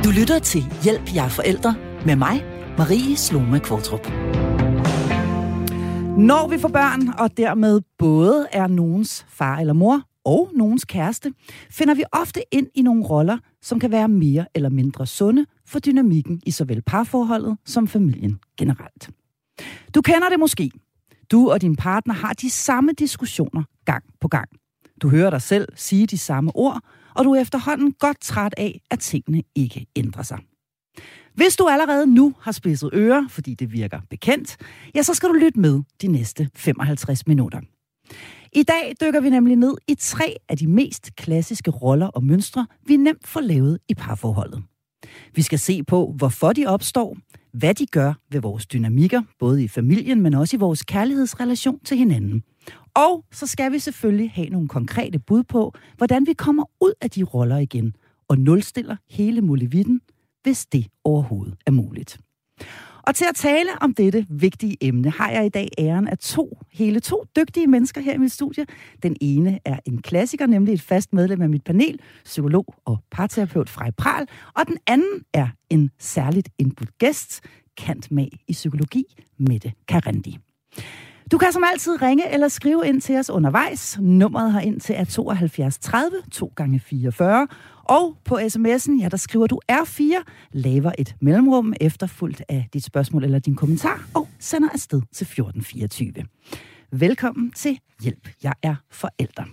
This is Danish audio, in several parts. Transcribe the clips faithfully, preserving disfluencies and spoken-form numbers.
Du lytter til Hjælp, jeg er forældre med mig, Marie Sloma Kvartrup. Når vi får børn, og dermed både er nogens far eller mor og nogens kæreste, finder vi ofte ind i nogle roller, som kan være mere eller mindre sunde for dynamikken i såvel parforholdet som familien generelt. Du kender det måske. Du og din partner har de samme diskussioner gang på gang. Du hører dig selv sige de samme ord, og du er efterhånden godt træt af, at tingene ikke ændrer sig. Hvis du allerede nu har spidset ører, fordi det virker bekendt, ja, så skal du lytte med de næste femoghalvtreds minutter. I dag dykker vi nemlig ned i tre af de mest klassiske roller og mønstre, vi nemt får lavet i parforholdet. Vi skal se på, hvorfor de opstår, hvad de gør ved vores dynamikker, både i familien, men også i vores kærlighedsrelation til hinanden. Og så skal vi selvfølgelig have nogle konkrete bud på, hvordan vi kommer ud af de roller igen og nulstiller hele muligheden, hvis det overhovedet er muligt. Og til at tale om dette vigtige emne, har jeg i dag æren af to, hele to dygtige mennesker her i mit studie. Den ene er en klassiker, nemlig et fast medlem af mit panel, psykolog og parterapeut Frej Pral, og den anden er en særligt indbudt gæst, cand.mag i psykologi, Mette Karandi. Du kan som altid ringe eller skrive ind til os undervejs. Nummeret herind til er tooghalvfjerds tredive to gange fireogfyrre. Og på sms'en, ja, der skriver du R fire, laver et mellemrum efterfulgt af dit spørgsmål eller din kommentar, og sender afsted til fjorten fireogtyve. Velkommen til Hjælp, jeg er forælder.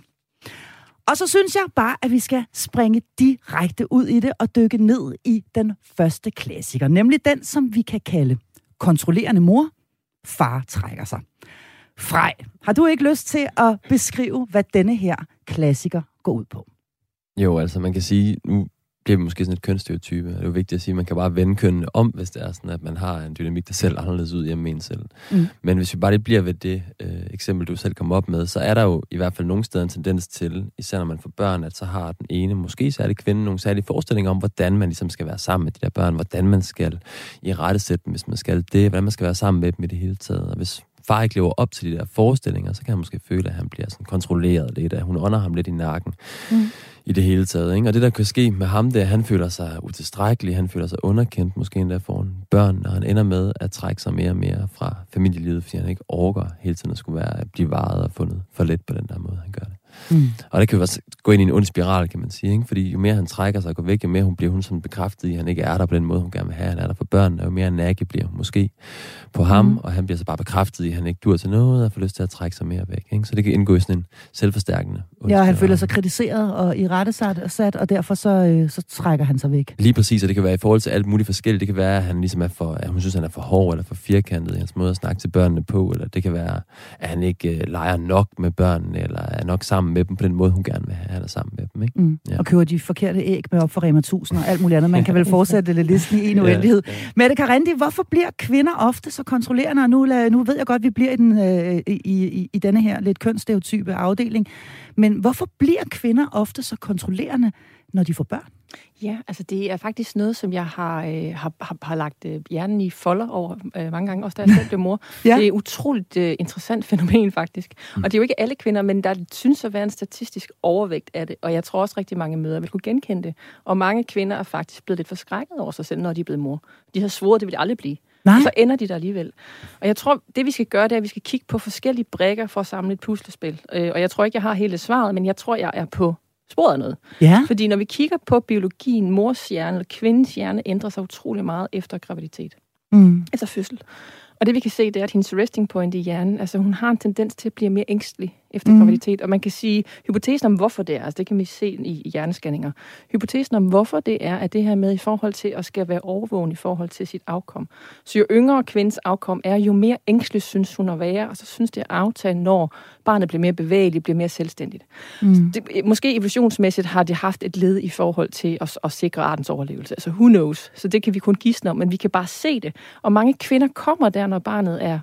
Og så synes jeg bare, at vi skal springe direkte ud i det og dykke ned i den første klassiker, nemlig den, som vi kan kalde kontrollerende mor, far trækker sig. Frej, har du ikke lyst til at beskrive, hvad denne her klassiker går ud på? Jo, altså man kan sige, nu bliver vi måske sådan et kønsstereotype, og det er jo vigtigt at sige, at man kan bare vende kønnene om, hvis det er sådan, at man har en dynamik, der selv anderledes ud hjemme med en selv. Mm. Men hvis vi bare lige bliver ved det øh, eksempel, du selv kom op med, så er der jo i hvert fald nogle steder en tendens til, især når man får børn, at så har den ene, måske særlig kvinde, nogle særlige forestillinger om, hvordan man ligesom skal være sammen med de der børn, hvordan man skal i rettesætte dem, hvis man skal det, hvordan man skal være sammen med dem i det hele taget. Og hvis far ikke lever op til de der forestillinger, så kan han måske føle, at han bliver sådan kontrolleret lidt, at hun ånder ham lidt i nakken mm. i det hele taget. Ikke? Og det, der kan ske med ham, det er, at han føler sig utilstrækkelig, han føler sig underkendt, måske endda foran børn, og han ender med at trække sig mere og mere fra familielivet, fordi han ikke orker hele tiden at skulle være at blive varet og fundet for let på den der måde, han gør det. Mm. Og det kan jo også gå ind i en ond spiral, kan man sige, ikke? Fordi jo mere han trækker sig og går væk, jo mere hun bliver hun sådan bekræftet i, at han ikke er der på den måde, hun gerne vil have. Han er der for børn, og jo mere nakke bliver hun måske på ham, mm. og han bliver så bare bekræftet i, at han ikke dur til noget, og får lyst til at trække sig mere væk. Ikke? Så det kan indgå i sådan en selvforstærkende ond Ja, og han spiral. føler sig kritiseret og i rette sat, og derfor så, øh, så trækker han sig væk. Lige præcis, og det kan være i forhold til alt muligt forskelligt. Det kan være, at han ligesom er for, at hun synes, han er for hård eller for firkantet i hans måde at snakke til børnene på, eller det kan være, at han ikke øh, leger nok med børnene, eller er nok sammen med dem på den måde, hun gerne vil have, han er sammen med dem. Ikke? Mm. Ja. Og køber de forkerte æg med op for Rema tusind og alt muligt andet. Man kan vel fortsætte lidt listen i en uendelighed. Ja, ja. Mette Karandi, hvorfor bliver kvinder ofte så kontrollerende? Og nu, nu ved jeg godt, at vi bliver i, den, øh, i, i, i denne her lidt kønsstereotype afdeling. Men hvorfor bliver kvinder ofte så kontrollerende, når de får børn? Ja, altså det er faktisk noget, som jeg har, øh, har, har, har lagt øh, hjernen i folder over øh, mange gange, også da jeg selv blev mor. Ja. Det er et utroligt øh, interessant fænomen faktisk. Mm. Og det er jo ikke alle kvinder, men der synes at være en statistisk overvægt af det. Og jeg tror også rigtig mange mødre vil kunne genkende det. Og mange kvinder er faktisk blevet lidt forskrækket over sig selv, når de er blevet mor. De har svoret, det vil de aldrig blive. Nej. Og så ender de der alligevel. Og jeg tror, det vi skal gøre, det er, at vi skal kigge på forskellige brikker for at samle et puslespil. Øh, og jeg tror ikke, jeg har hele svaret, men jeg tror, jeg er på sporet af noget. Ja. Fordi når vi kigger på biologien, mors hjerne eller kvindens hjerne ændrer sig utrolig meget efter graviditet. Mm. Efter fødsel. Og det vi kan se, det er, at hendes resting point i hjernen, altså hun har en tendens til at blive mere ængstelig efter mm. graviditet. Og man kan sige, hypotesen om hvorfor det er, altså det kan vi se i hjernescanninger. Hypotesen om hvorfor det er, at det her med i forhold til at skal være overvågen i forhold til sit afkom. Så jo yngre kvindens afkom er, jo mere ængstelig synes hun at være, og så synes det at aftage, når barnet bliver mere bevægeligt, bliver mere selvstændigt. Mm. Det, måske evolutionsmæssigt har det haft et led i forhold til at, at sikre artens overlevelse. Altså who knows? Så det kan vi kun gisne om, men vi kan bare se det. Og mange kvinder kommer der, når barnet er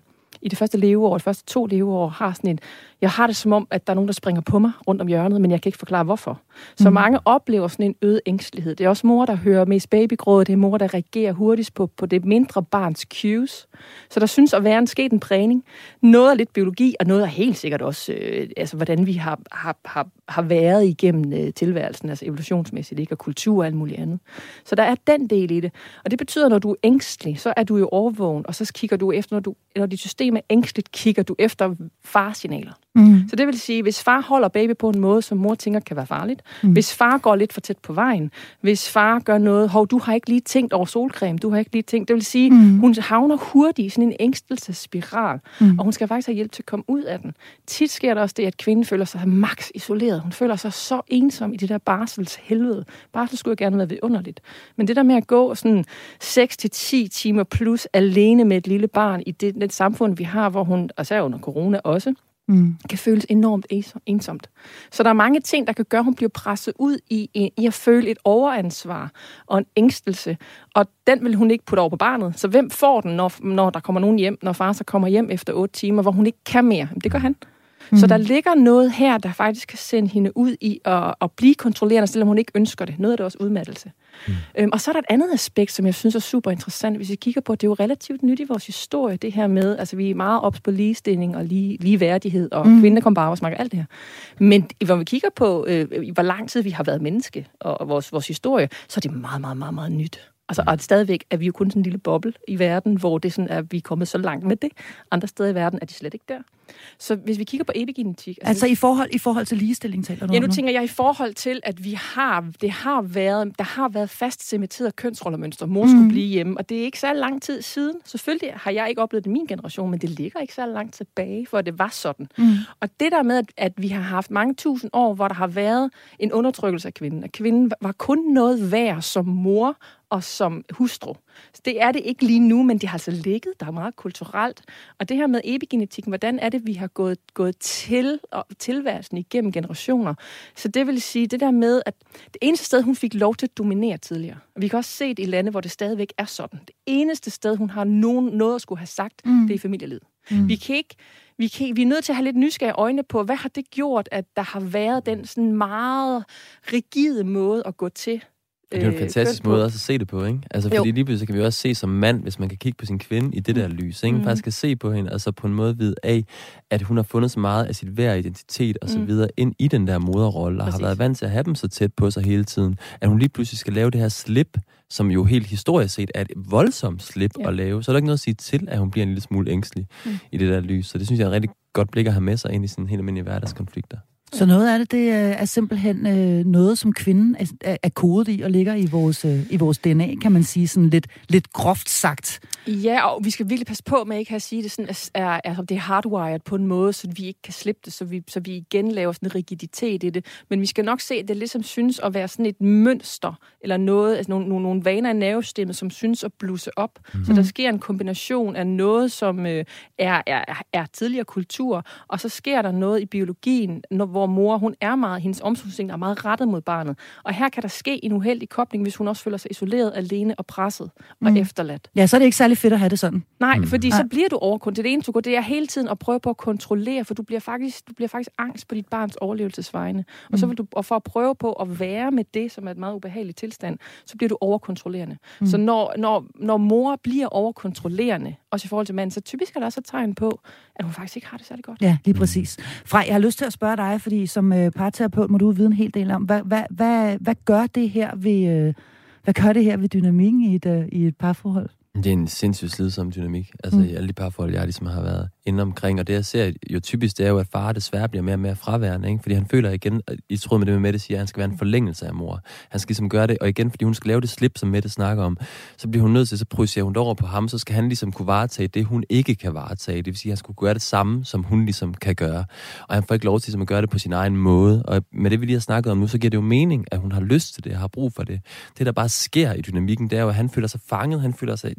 i det første leveår, de første to leveår, har sådan en, jeg har det som om, at der er nogen, der springer på mig rundt om hjørnet, men jeg kan ikke forklare, hvorfor. Så mm. mange oplever sådan en øget ængstelighed. Det er også mor, der hører mest babygråd, det er mor, der reagerer hurtigst på, på det mindre barns cues. Så der synes at være en sket en prægning. Noget er lidt biologi, og noget er helt sikkert også, øh, altså hvordan vi har, har, har, har været igennem øh, tilværelsen, altså evolutionsmæssigt, ikke? Og kultur og alt muligt andet. Så der er den del i det. Og det betyder, når du er ængstelig, så er du jo overvågen, og så kigger du efter, når, du, når dit system er ængstligt, kigger du efter faresignaler. Mm. Så det vil sige, hvis far holder baby på en måde, som mor tænker kan være farligt, mm. hvis far går lidt for tæt på vejen, hvis far gør noget, hov, du har ikke lige tænkt over solcreme, du har ikke lige tænkt, det vil sige, mm. hun havner hurtigt i sådan en ængstelsesspiral, mm. og hun skal faktisk have hjælp til at komme ud af den. Tit sker der også det, at kvinden føler sig max isoleret. Hun føler sig så ensom i det der barselshelvede. Barsel skulle jo gerne være vidunderligt. Men det der med at gå sådan seks til ti timer plus alene med et lille barn i det, det samfund, vi har, hvor hun, altså under corona også, Mm. kan føles enormt ensomt. Så der er mange ting, der kan gøre, at hun bliver presset ud i, i at føle et overansvar og en ængstelse. Og den vil hun ikke putte over på barnet. Så hvem får den, når, når der kommer nogen hjem, når far så kommer hjem efter otte timer, hvor hun ikke kan mere? Det gør han. Mm. Så der ligger noget her, der faktisk kan sende hende ud i at, at blive kontrollerende, selvom hun ikke ønsker det. Noget af det er også udmattelse. Mm. Øhm, og så er der et andet aspekt, som jeg synes er super interessant, hvis vi kigger på, det er jo relativt nyt i vores historie, det her med, altså vi er meget ops på ligestilling og lige, ligeværdighed, og mm. kvinder kommer på arbejdsmarkedet, alt det her. Men når vi kigger på, øh, hvor lang tid vi har været menneske, og, og vores, vores historie, så er det meget, meget, meget, meget nyt. Altså, og stadigvæk er vi jo kun sådan en lille boble i verden, hvor det sådan er, vi er kommet så langt med det. Andre steder i verden er de slet ikke der. Så hvis vi kigger på epigenetik... Altså, altså i, forhold, i forhold til ligestilling, taler du Ja, nu tænker jeg i forhold til, at vi har, det har været, der har været fast cementeret kønsrollemønster. Mor mm. skulle blive hjemme, og det er ikke så lang tid siden. Selvfølgelig har jeg ikke oplevet det i min generation, men det ligger ikke så langt tilbage, for det var sådan. Mm. Og det der med, at, at vi har haft mange tusind år, hvor der har været en undertrykkelse af kvinden, at kvinden var kun noget værd som mor og som hustru. Så det er det ikke lige nu, men det har altså ligget, der er meget kulturelt. Og det her med epigenetikken, hvordan er det, vi har gået, gået til og tilværelsen igennem generationer. Så det vil sige, det der med, at det eneste sted, hun fik lov til at dominere tidligere, og vi kan også se det i lande, hvor det stadigvæk er sådan. Det eneste sted, hun har nogen, noget at skulle have sagt, mm. det er familielivet. Mm. Vi kan ikke Vi, kan, vi er nødt til at have lidt nysgerrige øjne på, hvad har det gjort, at der har været den sådan meget rigide måde at gå til. Det er jo en fantastisk måde også at se det på, ikke? Altså, fordi jo. Lige pludselig kan vi også se som mand, hvis man kan kigge på sin kvinde i det der lys, ikke? Mm. Faktisk kan se på hende, altså på en måde vide af, at hun har fundet så meget af sit værd, identitet og så mm. videre ind i den der moderrolle, og Præcis. Har været vant til at have dem så tæt på sig hele tiden, at hun lige pludselig skal lave det her slip, som jo helt historisk set er et voldsomt slip ja. At lave. Så er der ikke noget at sige til, at hun bliver en lille smule ængstelig mm. i det der lys. Så det synes jeg er et rigtig godt blik at have med sig ind i sådan helt almindelige hverdagskonflikter. Så noget af det, det er simpelthen øh, noget, som kvinden er, er, er kodet i og ligger i vores, øh, i vores D N A, kan man sige, sådan lidt, lidt groft sagt. Ja, og vi skal virkelig passe på med ikke at sige det sådan, at er, er, det er hardwired på en måde, så vi ikke kan slippe det, så vi, så vi igen laver sådan en rigiditet i det. Men vi skal nok se, at det ligesom synes at være sådan et mønster, eller noget, altså nogle, nogle, nogle vaner i nervesystemet, som synes at blusse op. Mm. Så der sker en kombination af noget, som øh, er, er, er tidligere kultur, og så sker der noget i biologien, når hvor mor, hun er meget, hendes omsorgsinstinkt er meget rettet mod barnet. Og her kan der ske en uheldig kobling, hvis hun også føler sig isoleret, alene og presset og mm. efterladt. Ja, så er det ikke særlig fedt at have det sådan. Nej, mm. fordi Nej. Så bliver du overkontrolleret. Det eneste, du går, det er hele tiden at prøve på at kontrollere, for du bliver faktisk, du bliver faktisk angst på dit barns overlevelsesvegne. Og mm. så vil du, og for at prøve på at være med det, som er et meget ubehageligt tilstand, så bliver du overkontrollerende. Mm. Så når, når, når mor bliver overkontrollerende, også i forhold til manden, så typisk er der også et tegn på, at hun faktisk ikke har det særlig godt. Ja, lige præcis. Frej, jeg har lyst til at spørge dig, fordi som øh, parterapeut må du vide en hel del om, hvad, hvad, hvad, hvad gør det her ved, øh, hvad gør det her ved dynamikken i et, øh, i et parforhold? Det er en sindssygt slidsom dynamik. Altså mm. i alle de parforhold, jeg ligesom har været inde omkring. Og det, jeg ser jo typisk, det er jo, at far desværre bliver mere og mere fraværende. Ikke? Fordi han føler igen, i tråd med det med Mette siger, at han skal være en forlængelse af mor. Han skal ligesom gøre det, og igen, fordi hun skal lave det slip, som Mette snakker om, så bliver hun nødt til, så projicerer hun det over på ham, så skal han ligesom kunne varetage det, hun ikke kan varetage. Det vil sige, at han skulle gøre det samme, som hun ligesom kan gøre. Og han får ikke lov til ligesom, at gøre det på sin egen måde. Og med det, vi lige har snakket om nu, så giver det jo mening, at hun har lyst til det, har brug for det. Det, der bare sker i dynamikken, det er jo, at han føler sig fanget, han føler sig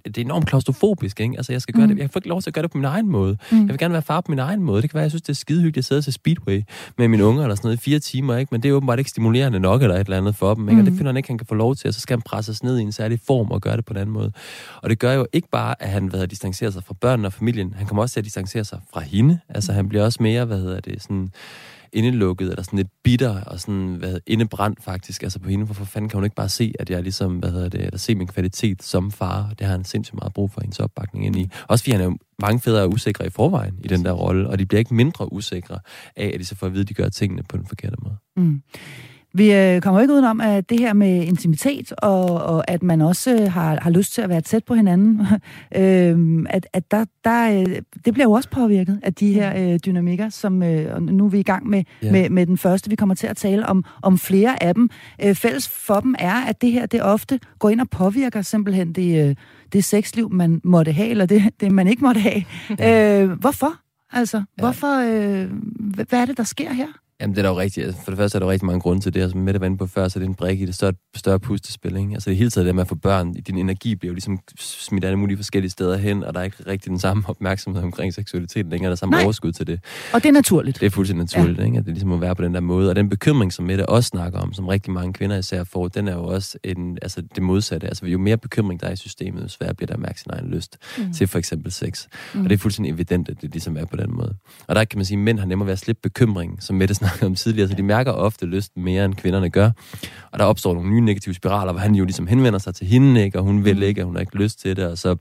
det er enormt klaustrofobisk, ikke? Altså, jeg skal gøre mm. det, jeg får ikke lov til at gøre det på min egen måde. Mm. Jeg vil gerne være far på min egen måde. Det kan være, jeg synes, det er skidehyggeligt at sidde til Speedway med mine unger eller sådan noget i fire timer, ikke? Men det er åbenbart ikke stimulerende nok eller et eller andet for dem, ikke? Mm. Og det finder han ikke, han kan få lov til, og så skal han presses ned i en særlig form og gøre det på en anden måde. Og det gør jo ikke bare, at han, hvad hedder, distancerer sig fra børnene og familien, han kommer også til at distancere sig fra hende. Altså, han bliver også mere, hvad hedder det, sådan indelukket, eller sådan lidt bitter, og sådan, hvad hedder, indebrændt faktisk, altså på hende. Hvorfor fanden kan hun ikke bare se, at jeg ligesom, hvad hedder det, eller se min kvalitet som far? Det har han sindssygt meget brug for hendes opbakning ind i. Også fordi han er jo, mange fædre er usikre i forvejen i den der rolle, og de bliver ikke mindre usikre af, at de så får at vide, at de gør tingene på den forkerte måde. Mm. Vi øh, kommer ikke udenom, at det her med intimitet, og, og at man også øh, har, har lyst til at være tæt på hinanden, øh, at, at der, der, øh, det bliver jo også påvirket af de her øh, dynamikker, som øh, og nu er vi i gang med, yeah. med, med den første. Vi kommer til at tale om, om flere af dem. Øh, fælles for dem er, at det her det ofte går ind og påvirker simpelthen det, øh, det sexliv, man måtte have, eller det, det man ikke måtte have. øh, hvorfor? Altså, ja. hvorfor? Øh, hvad er det, der sker her? Jamen, det er da jo rigtigt. For det første er der jo rigtig mange grunde til det, og som Mette var inde på før, så er det en brik i det større, større pustespil, ikke? Altså, det hele taget det med at få børn, din energi bliver jo ligesom smidt alle mulige forskellige steder hen, og der er ikke rigtig den samme opmærksomhed omkring seksualitet længere, der er samme Nej. overskud til det. Og det er naturligt. Det er fuldstændig naturligt, ja. ikke? At det ligesom må være på den der måde. Og den bekymring, som Mette også snakker om, som rigtig mange kvinder især får, den er jo også en, altså det modsatte. Altså, jo mere bekymring der er i systemet, jo sværere bliver der at mærke sin egen lyst mm. til for eksempel sex. Mm. Og det er fuldstændig evident, at det ligesom er på den måde. Og der kan man sige, at mænd har nemmere ved at slippe bekymring, som Mette snakkede om tidligere, så de mærker ofte lysten mere, end kvinderne gør. Og der opstår nogle nye negative spiraler, hvor han jo ligesom henvender sig til hende, ikke? Og hun vil ikke, og hun har ikke lyst til det, og så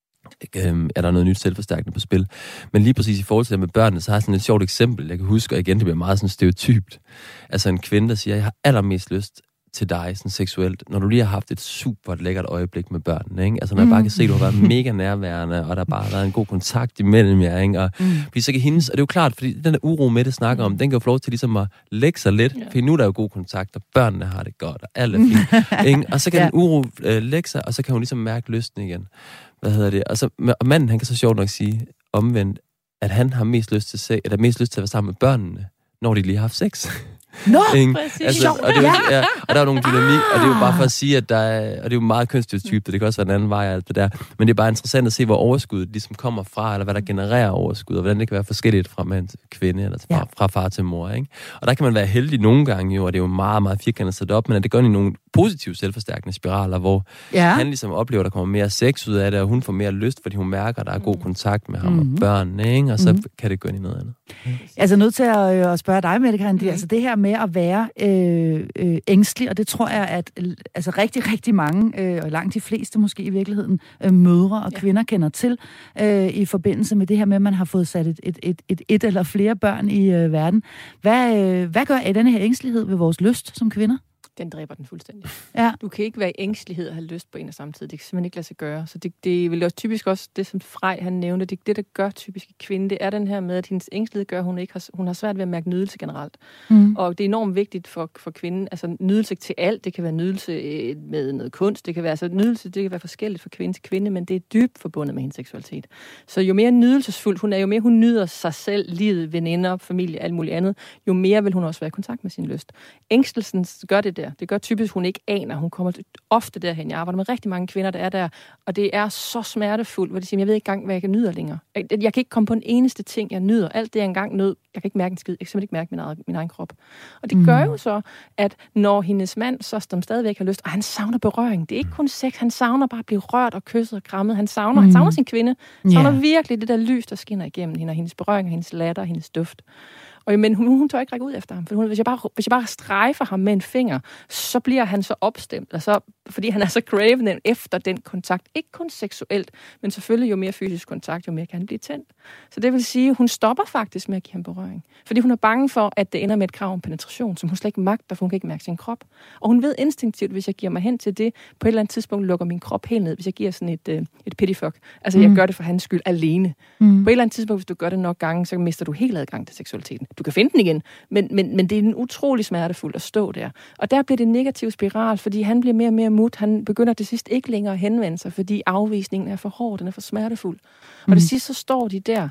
øh, er der noget nyt selvforstærkende på spil. Men lige præcis i forhold til det med børnene, så har jeg sådan et sjovt eksempel, jeg kan huske, og igen, det bliver meget sådan stereotypt. Altså en kvinde, der siger, jeg har allermest lyst til dig, sådan seksuelt, når du lige har haft et super lækkert øjeblik med børnene, ikke? Altså når jeg bare kan se, at du har været mega nærværende, og der bare har været en god kontakt imellem jer, ikke? Og, mm. fordi så kan hendes, og det er jo klart, fordi den der uro med det snakker om, den kan jo få lov til ligesom at lægge sig lidt, yeah. fordi nu er der jo god kontakt, og børnene har det godt, og alt er fint, ikke? Og så kan yeah. den uro øh, lægge sig, og så kan hun ligesom mærke lysten igen. Hvad hedder det? Og, så, og manden, han kan så sjovt nok sige omvendt, at han har mest lyst til sex, eller mest lyst til at være sammen med børnene, når de lige har haft sex. Nå, altså, og, det er jo, ja, og der er jo nogle dynamik, og det er jo bare for at sige, at der er, og det er jo meget kønsstereotypt, det kan også være en anden vej og alt det der, men det er bare interessant at se, hvor overskuddet ligesom kommer fra, eller hvad der genererer overskud, og hvordan det kan være forskelligt fra mand til kvinde, eller fra, ja. fra far til mor, ikke? Og der kan man være heldig nogle gange jo, og det er jo meget, meget firkantet sat op, men at det gør i nogle positive selvforstærkende spiraler, hvor ja. han ligesom oplever, at der kommer mere sex ud af det, og hun får mere lyst, fordi hun mærker, at der er god kontakt med ham mm-hmm. og børnene, ikke? Og så mm-hmm. kan det gå ind i noget andet. Altså nødt til at, at spørge dig, Mette Grandi, mm. altså det her med at være øh, øh, ængstelig, og det tror jeg, at altså rigtig, rigtig mange, øh, og langt de fleste måske i virkeligheden, øh, mødre og ja. kvinder kender til, øh, i forbindelse med det her med, at man har fået sat et, et, et, et, et eller flere børn i øh, verden. Hvad, øh, hvad gør denne her ængstelighed ved vores lyst som kvinder? Den dræber den fuldstændig. Ja. Du kan ikke være i ængstelighed og have lyst på en og samme tid. Det kan simpelthen ikke lade sig gøre. Så det, det er vel også typisk også det, som Frej han nævnte, det, det der gør typisk en kvinde, det er den her med, at hendes ængstelighed gør, at hun ikke har, hun har svært ved at mærke nydelse generelt. Mm. Og det er enormt vigtigt for, for kvinden, altså nydelse til alt. Det kan være nydelse med noget kunst, det kan være, altså nydelse, det kan være forskelligt fra kvinde til kvinde, men det er dybt forbundet med hendes seksualitet. Så jo mere nydelsesfuld hun er, jo mere hun nyder sig selv, livet, veninder, familie, alt muligt andet, jo mere vil hun også være i kontakt med sin lyst. Ængstelsen gør det der. Det gør typisk, hun ikke aner. Hun kommer ofte derhen. Jeg arbejder med rigtig mange kvinder, der er der, og det er så smertefuldt, hvor de siger, jeg ved ikke engang, hvad jeg kan nyde længere. Jeg, jeg kan ikke komme på en eneste ting, jeg nyder. Alt det, jeg engang nød, jeg kan ikke mærke en skid. Jeg kan simpelthen ikke mærke min egen, min egen krop. Og det mm. gør jo så, at når hendes mand så som stadigvæk har lyst, og han savner berøring. Det er ikke kun sex, han savner bare at blive rørt og kysset og krammet. Han savner, mm. han savner sin kvinde. Han savner yeah. virkelig det der lys, der skinner igennem hende, og hendes berøring, og hendes latter, og hendes duft. Og, men hun, hun tør ikke række ud efter ham, for hun, hvis, jeg bare, hvis jeg bare strejfer ham med en finger, så bliver han så opstemt, altså, fordi han er så cravende efter den kontakt. Ikke kun seksuelt, men selvfølgelig jo mere fysisk kontakt, jo mere kan han blive tændt. Så det vil sige, at hun stopper faktisk med at give ham berøring. Fordi hun er bange for, at det ender med et krav om penetration, som hun slet ikke magter, for hun kan ikke mærke sin krop. Og hun ved instinktivt, hvis jeg giver mig hen til det, på et eller andet tidspunkt lukker min krop helt ned, hvis jeg giver sådan et, øh, et pittyfuck. Altså mm. jeg gør det for hans skyld alene. Mm. På et eller andet tidspunkt, hvis du gør det nok gange, så mister du helt adgang til seksualiteten. Du kan finde den igen, men, men, men det er en utrolig smertefuldt at stå der. Og der bliver det en negativ spiral, fordi han bliver mere og mere mut. Han begynder til sidst ikke længere at henvende sig, fordi afvisningen er for hård, den er for smertefuld. Og mm. til sidst så står de der,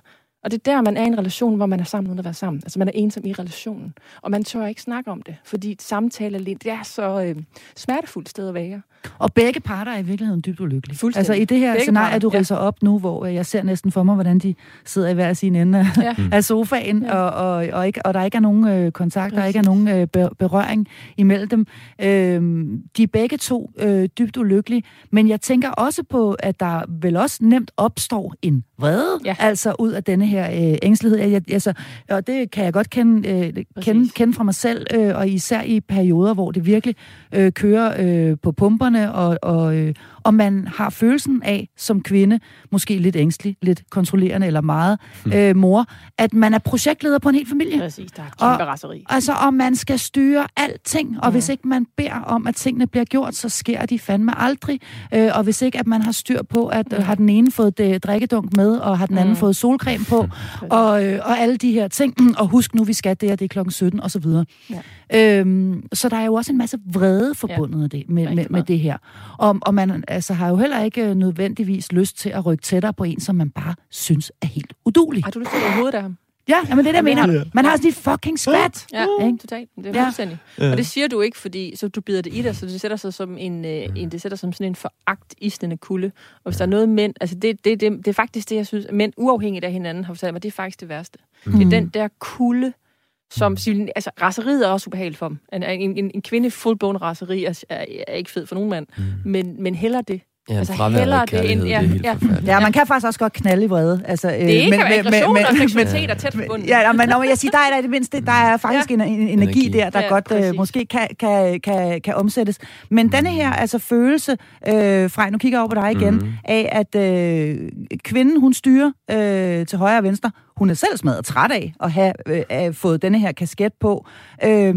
Og det er der, man er i en relation, hvor man er sammen uden at være sammen. Altså man er ensom i relationen. Og man tør ikke snakke om det, fordi samtale alene, det er så øh, smertefuldt sted at være. Og begge parter er i virkeligheden dybt ulykkelige. Fuldstændig. Altså i det her begge scenarie, parter, du ridser ja. op nu, hvor jeg ser næsten for mig, hvordan de sidder i hver sin ende af, ja. af sofaen, ja. og, og, og, ikke, og der ikke er nogen øh, kontakt, der ikke er nogen øh, berøring imellem dem. Øh, de er begge to øh, dybt ulykkelige, men jeg tænker også på, at der vel også nemt opstår en vrede, ja. altså ud af denne her øh, ængstelighed. Jeg, altså, og det kan jeg godt kende, øh, kende, kende fra mig selv, øh, og især i perioder, hvor det virkelig øh, kører øh, på pumperne, og, og, øh, og man har følelsen af, som kvinde, måske lidt ængstelig, lidt kontrollerende eller meget hmm. øh, mor, at man er projektleder på en hel familie. Præcis, der er kæmpe raseri. Altså, og man skal styre alting, og mm. hvis ikke man beder om, at tingene bliver gjort, så sker de fandme aldrig. Øh, og hvis ikke, at man har styr på, at øh, har den ene fået det drikkedunk med, og har den anden mm. fået solcreme på, og, øh, og alle de her ting, og husk nu, vi skal det, og det er klokken sytten, og så videre. Ja. Øhm, så der er jo også en masse vrede forbundet ja. det, med, med, med det her. Og, og man altså, har jo heller ikke nødvendigvis lyst til at rykke tættere på en, som man bare synes er helt uduelig. Har du lyst til at hovedet af ham? Ja, men det er det, jeg mener. Man har sådan et fucking spat. Ja, ikke? Totalt. Det er fuldstændig. Ja. Og det siger du ikke, fordi så du bider det i dig, så det sætter sig som en, en det sætter som sådan en foragtisnende kulde. Og hvis der er noget mænd, altså det, det, det, det er faktisk det, jeg synes, mænd uafhængigt af hinanden har fortalt mig, det er faktisk det værste. Mm. Det er den der kulde, som, altså raseriet er også ubehageligt for dem. En, en, en, en kvinde full-blown raseri er, er, er ikke fed for nogen mand, mm. men, men heller det. Ja, altså heller det end... Ja, ja. ja, man kan faktisk også godt knalde i vrede. Altså, det er ikke aggression og seksualitet er tæt forbundet. Ja, men når jeg siger, der er der det mindste, der er faktisk ja. en, en energi, energi der, der ja, godt øh, måske kan, kan, kan, kan omsættes. Men mm. denne her altså, følelse, øh, Frej, nu kigger jeg over på dig igen, mm. af at øh, kvinden, hun styrer øh, til højre og venstre, hun er selv smadret træt af at have øh, fået denne her kasket på. Øh,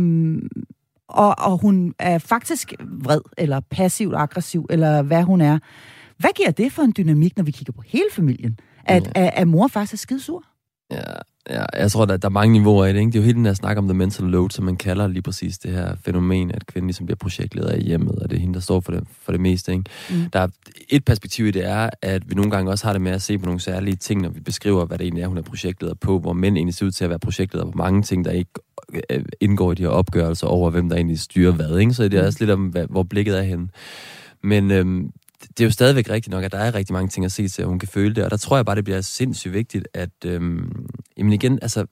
Og, og hun er faktisk vred, eller passivt aggressiv, eller hvad hun er. Hvad giver det for en dynamik, når vi kigger på hele familien? At, ja. at, at mor faktisk er skidesur? Ja, ja, jeg tror, der, der er mange niveauer i det, ikke? Det er jo hele den her snak om the mental load, som man kalder lige præcis det her fænomen, at kvinden ligesom bliver projektleder i hjemmet, og det er hende, der står for det, for det meste, ikke? Mm. Der er et perspektiv i det er, at vi nogle gange også har det med at se på nogle særlige ting, når vi beskriver, hvad det egentlig er, hun er projektleder på, hvor mænd egentlig ser ud til at være projektleder på mange ting, der ikke indgår i de her opgørelser over, hvem der egentlig styrer hvad, ikke? Så det er også lidt om, hvor blikket er henne. Men øhm, det er jo stadigvæk rigtigt nok, at der er rigtig mange ting at se til, at hun kan føle det, og der tror jeg bare, det bliver sindssygt vigtigt, at, øhm, jamen igen, altså,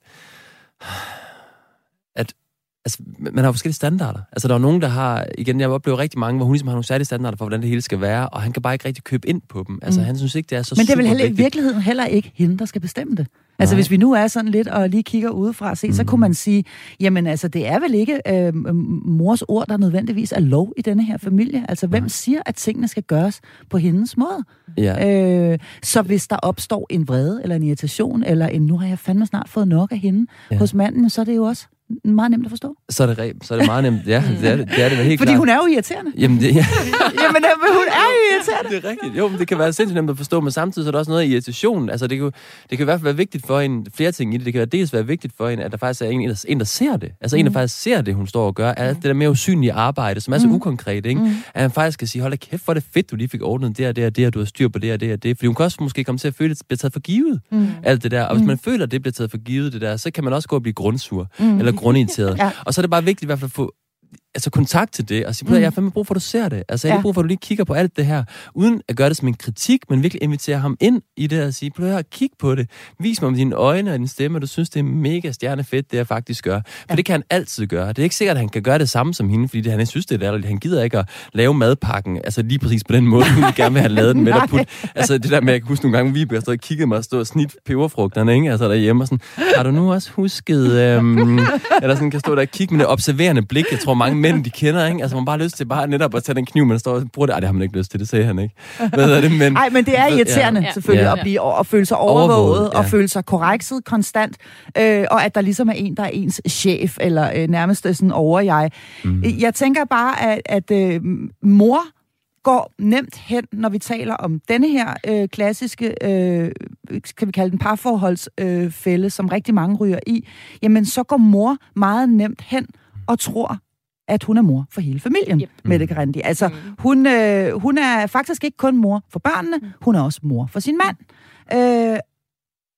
at altså, man har forskellige standarder. Altså, der er nogen, der har, igen, jeg oplever rigtig mange, hvor hun ligesom har nogle særlige standarder for, hvordan det hele skal være, og han kan bare ikke rigtig købe ind på dem. Altså, mm. han synes ikke, det er så. Men det er vel heller, i virkeligheden heller ikke hende, der skal bestemme det. Altså, Nej. hvis vi nu er sådan lidt og lige kigger udefra og se, mm. så kunne man sige, jamen altså, det er vel ikke øh, mors ord, der nødvendigvis er lov i denne her familie. Altså, hvem Nej. siger, at tingene skal gøres på hendes måde? Ja. Øh, så hvis der opstår en vrede, eller en irritation, eller en, nu har jeg fandme snart fået nok af hende ja. hos manden, så er det jo også meget nemt at forstå. Så er det, re- så er det meget nemt. Ja, det er det, det, er det helt Fordi klart. hun er jo irriterende. Jamen, det, ja. Jamen, hun er jo irriterende. Det er rigtigt. Jo, men det kan være sindssygt nemt at forstå, men samtidig så er der også noget af irritationen. Altså, det kan, det kan i hvert fald være vigtigt for en, flere ting i det. Det kan være dels være vigtigt for en, at der faktisk er en, der, en, der ser det. Altså, mm. en, der faktisk ser det, hun står og gør. Er det der mere usynlige arbejde, som er så mm. ukonkret, ikke? Mm. At han faktisk kan sige, hold da kæft, hvor er det fedt, du lige fik ordnet det og det og det, og du har styr på det og det og det. Fordi hun kan også måske komme til at føle, at det bliver taget for givet. Mm. Alt det der. Og hvis mm. man føler, at det bliver taget for givet, det der, så kan man også gå og blive grundsur. Mm. Eller grundirriteret. Ja. Og så er det bare vigtigt i hvert fald at få altså kontakt til det, og sige, mm. jeg har fandme brug for, at du ser det. Altså, jeg har ja. brug for, at du lige kigger på alt det her, uden at gøre det som en kritik, men virkelig invitere ham ind i det, og sige, prøv at kigge på det. Vis mig med dine øjne og din stemme, og du synes, det er mega stjernefedt, det jeg faktisk gør. For ja. det kan han altid gøre. Det er ikke sikkert, at han kan gøre det samme som hende, fordi det, han ikke synes, det er latterligt. Han gider ikke at lave madpakken, altså lige præcis på den måde, hun gerne vil have lavet den med at putte. Altså det der med, jeg kan huske nogle gange, vi har stået og kigget mig og stå og snit peberfrugterne, ikke? Altså derhjemme og sådan, har du nu også husket, øhm, eller sådan kan stå der og kigge med det observerende blik, jeg tror mange mænd, de kender, ikke? Altså man bare har lyst til bare netop at tage den kniv, man står og bruger det. Ej, det har man ikke lyst til, det sagde han ikke. Hvad er det, men... Nej, men det er irriterende ja. selvfølgelig, ja. at blive at føle sig overvåget, overvåget ja. og føle sig korrekset konstant, øh, og at der ligesom er en, der er ens chef, eller øh, nærmest sådan over jeg. Mm. Jeg tænker bare, at, at øh, mor går nemt hen, når vi taler om denne her øh, klassiske, øh, skal vi kalde den parforholdsfælde, øh, fælde, som rigtig mange ryger i, jamen så går mor meget nemt hen og tror, at hun er mor for hele familien, yep. Mette Karandi. Altså, mm. hun, øh, hun er faktisk ikke kun mor for børnene, mm. hun er også mor for sin mand. Øh,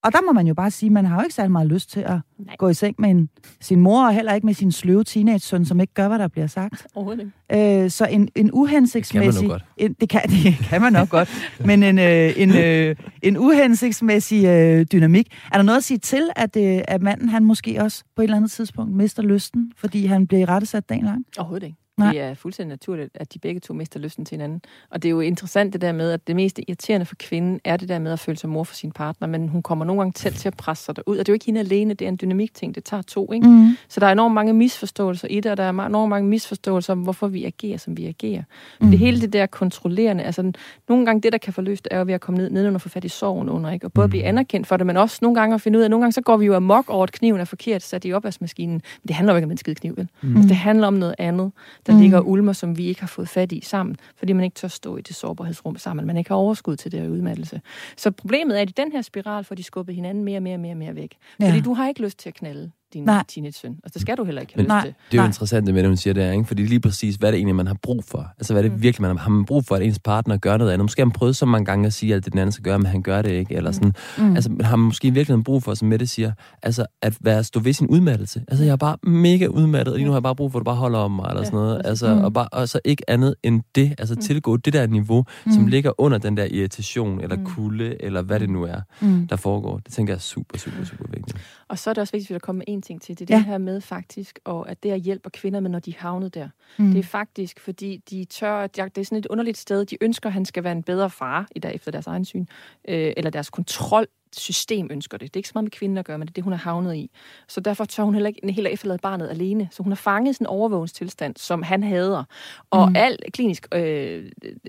Og der må man jo bare sige, man har jo ikke særlig meget lyst til at Nej. gå i seng med en, sin mor, og heller ikke med sin sløve teenage-søn, som ikke gør, hvad der bliver sagt. Overhovedet ikke. Øh, så en, en uhensigtsmæssig... Det kan man nok godt. En, det, kan, det kan man nok godt. Men en, øh, en, øh, en uhensigtsmæssig øh, dynamik. Er der noget at sige til, at, øh, at manden han måske også på et eller andet tidspunkt mister lysten, fordi han bliver rettesat dagen lang? Overhovedet ikke. Nej. Det er fuldstændig naturligt, at de begge to mister lysten til hinanden. Og det er jo interessant det der med, at det mest irriterende for kvinden er det der med at føle sig mor for sin partner, men hun kommer nogle gange tæt til at presse sig derud. Og det er jo ikke hende alene, det er en dynamik-ting, det tager to, ikke? Mm. Så der er enormt mange misforståelser i det, og der er enormt mange misforståelser om, hvorfor vi agerer, som vi agerer. Mm. Det hele det der kontrollerende, altså nogle gange det, der kan forløse det, er jo ved at komme ned, ned under for fat i sorgen under, ikke? Og både blive anerkendt for det, men også nogle gange at finde ud af, nogle gange så går vi jo amok over, at kniven er forkert, sat i opvaskemaskinen. Men det handler jo ikke om en skide kniv, vel? Mm. Altså, det handler om noget andet, der mm. ligger ulmer, som vi ikke har fået fat i sammen, fordi man ikke tør stå i det sårbarhedsrum sammen, man ikke har overskud til det her udmattelse. Så problemet er, at i den her spiral får de skubbet hinanden mere og mere og mere, mere væk. Fordi ja. du har ikke lyst til at knalde din teenage-søn. Altså, det skal du heller ikke have lyst til. Det er jo interessant, det med det, hun siger der, ikke? Fordi lige præcis, hvad er det egentlig, man har brug for? Altså, hvad er det mm. virkelig, man har, har man brug for, at ens partner gør noget andet? Måske har man prøvet så mange gange at sige, at det den anden skal gøre, men han gør det ikke. Eller sådan. Mm. Altså, har man måske virkelig brug for, som Mette siger, altså, at være, stå ved sin udmattelse. Altså, jeg er bare mega udmattet, og lige nu har jeg bare brug for, at du bare holder om mig, eller sådan noget. Altså, mm. og, bare, og så ikke andet end det. Altså, mm. tilgå det der niveau, mm. som ligger under den der irritation, eller kulde, eller hvad det nu er, mm. der foregår. Det tænker jeg er super, super, super vigtigt. Og så er det også vigtigt, at der kommer en ting til. Det er ja. det her med faktisk, og at det at hjælper kvinder med, når de er havnet der. Mm. Det er faktisk, fordi de tør, det er sådan et underligt sted, de ønsker, at han skal være en bedre far, i der, efter deres egen syn, øh, eller deres kontrol, system ønsker det. Det er ikke så meget med kvinden at gøre, men det er det, hun er havnet i. Så derfor tør hun heller ikke heller efterlade barnet alene. Så hun har fanget sådan en overvågningstilstand, som han hader. Og mm. al klinisk øh,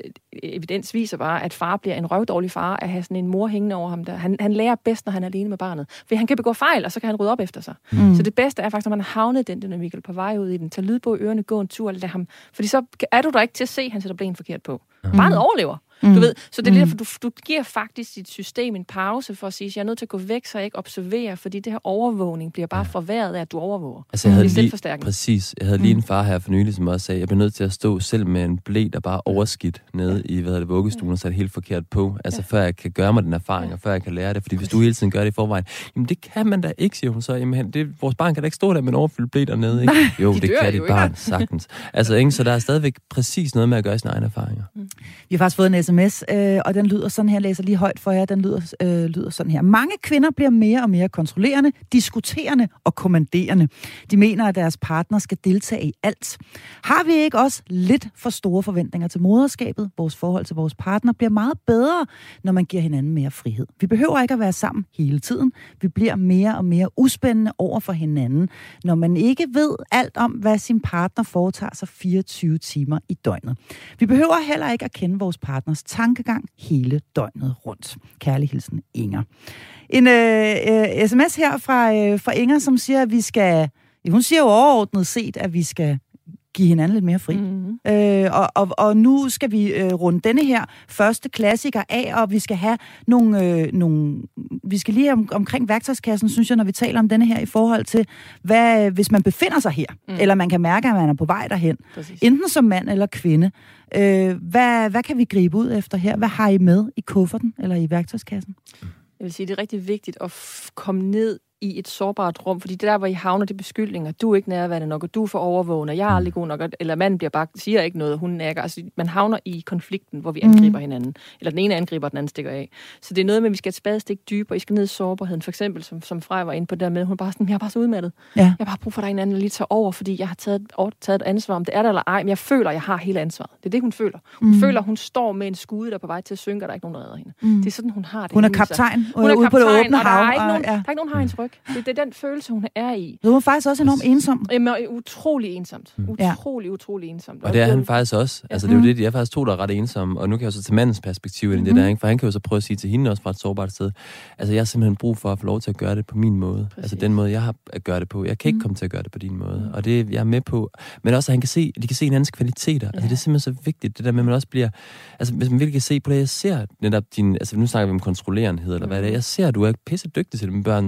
evidens viser bare, at far bliver en røvdårlig far at have sådan en mor hængende over ham. Der. Han, han lærer bedst, når han er alene med barnet. For han kan begå fejl, og så kan han rydde op efter sig. Mm. Så det bedste er faktisk, når man har havnet den dynamik, eller på vej ud i den. Tag lydbog i ørerne, gå en tur, lad ham. Fordi så er du der ikke til at se, at han sætter blæen forkert på. Mm. Barnet overlever. Mm. Du ved, så det er derfor, du, du giver faktisk dit system en pause for at sige, at jeg er nødt til at gå væk, så jeg ikke observerer, fordi det her overvågning bliver bare forværret af, at du overvåger. Altså, jeg havde lige, præcis, jeg havde lige en far her for nylig, som også sagde, at jeg bliver nødt til at stå selv med en ble, der bare overskidt nede i, hvad hedder det, vuggestuen, og så er det helt forkert på, altså før jeg kan gøre mig den erfaring, og før jeg kan lære det, fordi hvis du hele tiden gør det i forvejen, jamen det kan man da ikke, siger hun så, jamen det, vores barn kan da ikke stå der med en overfyldt ble dernede, ikke? Nej, jo, de det kan dit barn sagtens. Altså, ikke? Så der er stadigvæk præcis noget med at gøre sine egne erfaringer. Mm. Vi har faktisk fået en sms, øh, og den lyder sådan her, jeg læser lige højt for jer, den lyder, øh, lyder sådan her. Mange kvinder bliver mere og mere kontrollerende, diskuterende og kommanderende. De mener, at deres partner skal deltage i alt. Har vi ikke også lidt for store forventninger til moderskabet? Vores forhold til vores partner bliver meget bedre, når man giver hinanden mere frihed. Vi behøver ikke at være sammen hele tiden. Vi bliver mere og mere uspændende over for hinanden, når man ikke ved alt om, hvad sin partner foretager sig fireogtyve timer i døgnet. Vi behøver heller ikke at kende vores partners tankegang hele døgnet rundt. Kærlig hilsen, Inger. En øh, øh, sms her fra, øh, fra Inger, som siger, at vi skal... Hun siger jo overordnet set, at vi skal give hinanden lidt mere fri. Mm-hmm. Øh, og, og, og nu skal vi øh, runde denne her første klassiker af, og vi skal have nogle... Øh, nogle vi skal lige om, omkring værktøjskassen, synes jeg, når vi taler om denne her, i forhold til, hvad, hvis man befinder sig her, mm. eller man kan mærke, at man er på vej derhen, præcis. Enten som mand eller kvinde. Øh, hvad, hvad kan vi gribe ud efter her? Hvad har I med i kufferten, eller i værktøjskassen? Jeg vil sige, det er rigtig vigtigt at f- komme ned i et sårbart rum, fordi det der, hvor I havner, det beskyldninger. Du er ikke nærværende nok, og du er for overvågende, jeg er aldrig god nok, eller manden bliver bare, siger ikke noget, hun nækker. Altså, man havner i konflikten, hvor vi angriber mm. hinanden. Eller den ene angriber, den anden stikker af. Så det er noget med, at vi skal et spadestik dybere. I skal ned i sårbarheden. For eksempel, som, som Frej var inde på der med, hun er bare sådan, jeg er bare så udmattet. Ja. Jeg har bare brug for dig en anden, der lige tager over, fordi jeg har taget, taget et ansvar, om det er der eller ej, men jeg føler, jeg har hele ansvaret. Det er det, hun føler. Hun mm. føler, hun står med en skude, der er på vej til at synke, og der er ikke nogen, der redder hende. Mm. Det er sådan, hun har det. Hun er kaptajn, hun er ude på det åbne hav. Der er ikke nogen, ja. der er ikke nogen, der har hendes ryg. Det, det er den følelse, hun er i. Det var faktisk også enormt ensom. Jamen, utrolig ensomt. Utrolig, utrolig ensomt. Og det er han faktisk også. Altså, det er jo det, de er faktisk to, der er ret ensomme. Og nu kan jeg så tage mandens perspektiv ind i det der, ikke? For han kan jo så prøve at sige til hende også fra et sårbart sted, altså, jeg har simpelthen brug for at få lov til at gøre det på min måde. Præcis. Altså, den måde, jeg har at gøre det på. Jeg kan ikke mm. komme til at gøre det på din måde. Mm. Og det jeg er med på. Men også, at han kan se, de kan se hinandens kvaliteter. Ja. Altså, det er simpelthen så vigtigt, det der med, at man også bliver... Altså, hvis man virkelig kan se på det, jeg ser netop din... Altså, nu snakker vi om kontrollerenhed, eller mm. hvad det er. Jeg ser, at du er pisse dygtig til det med børn, og du er så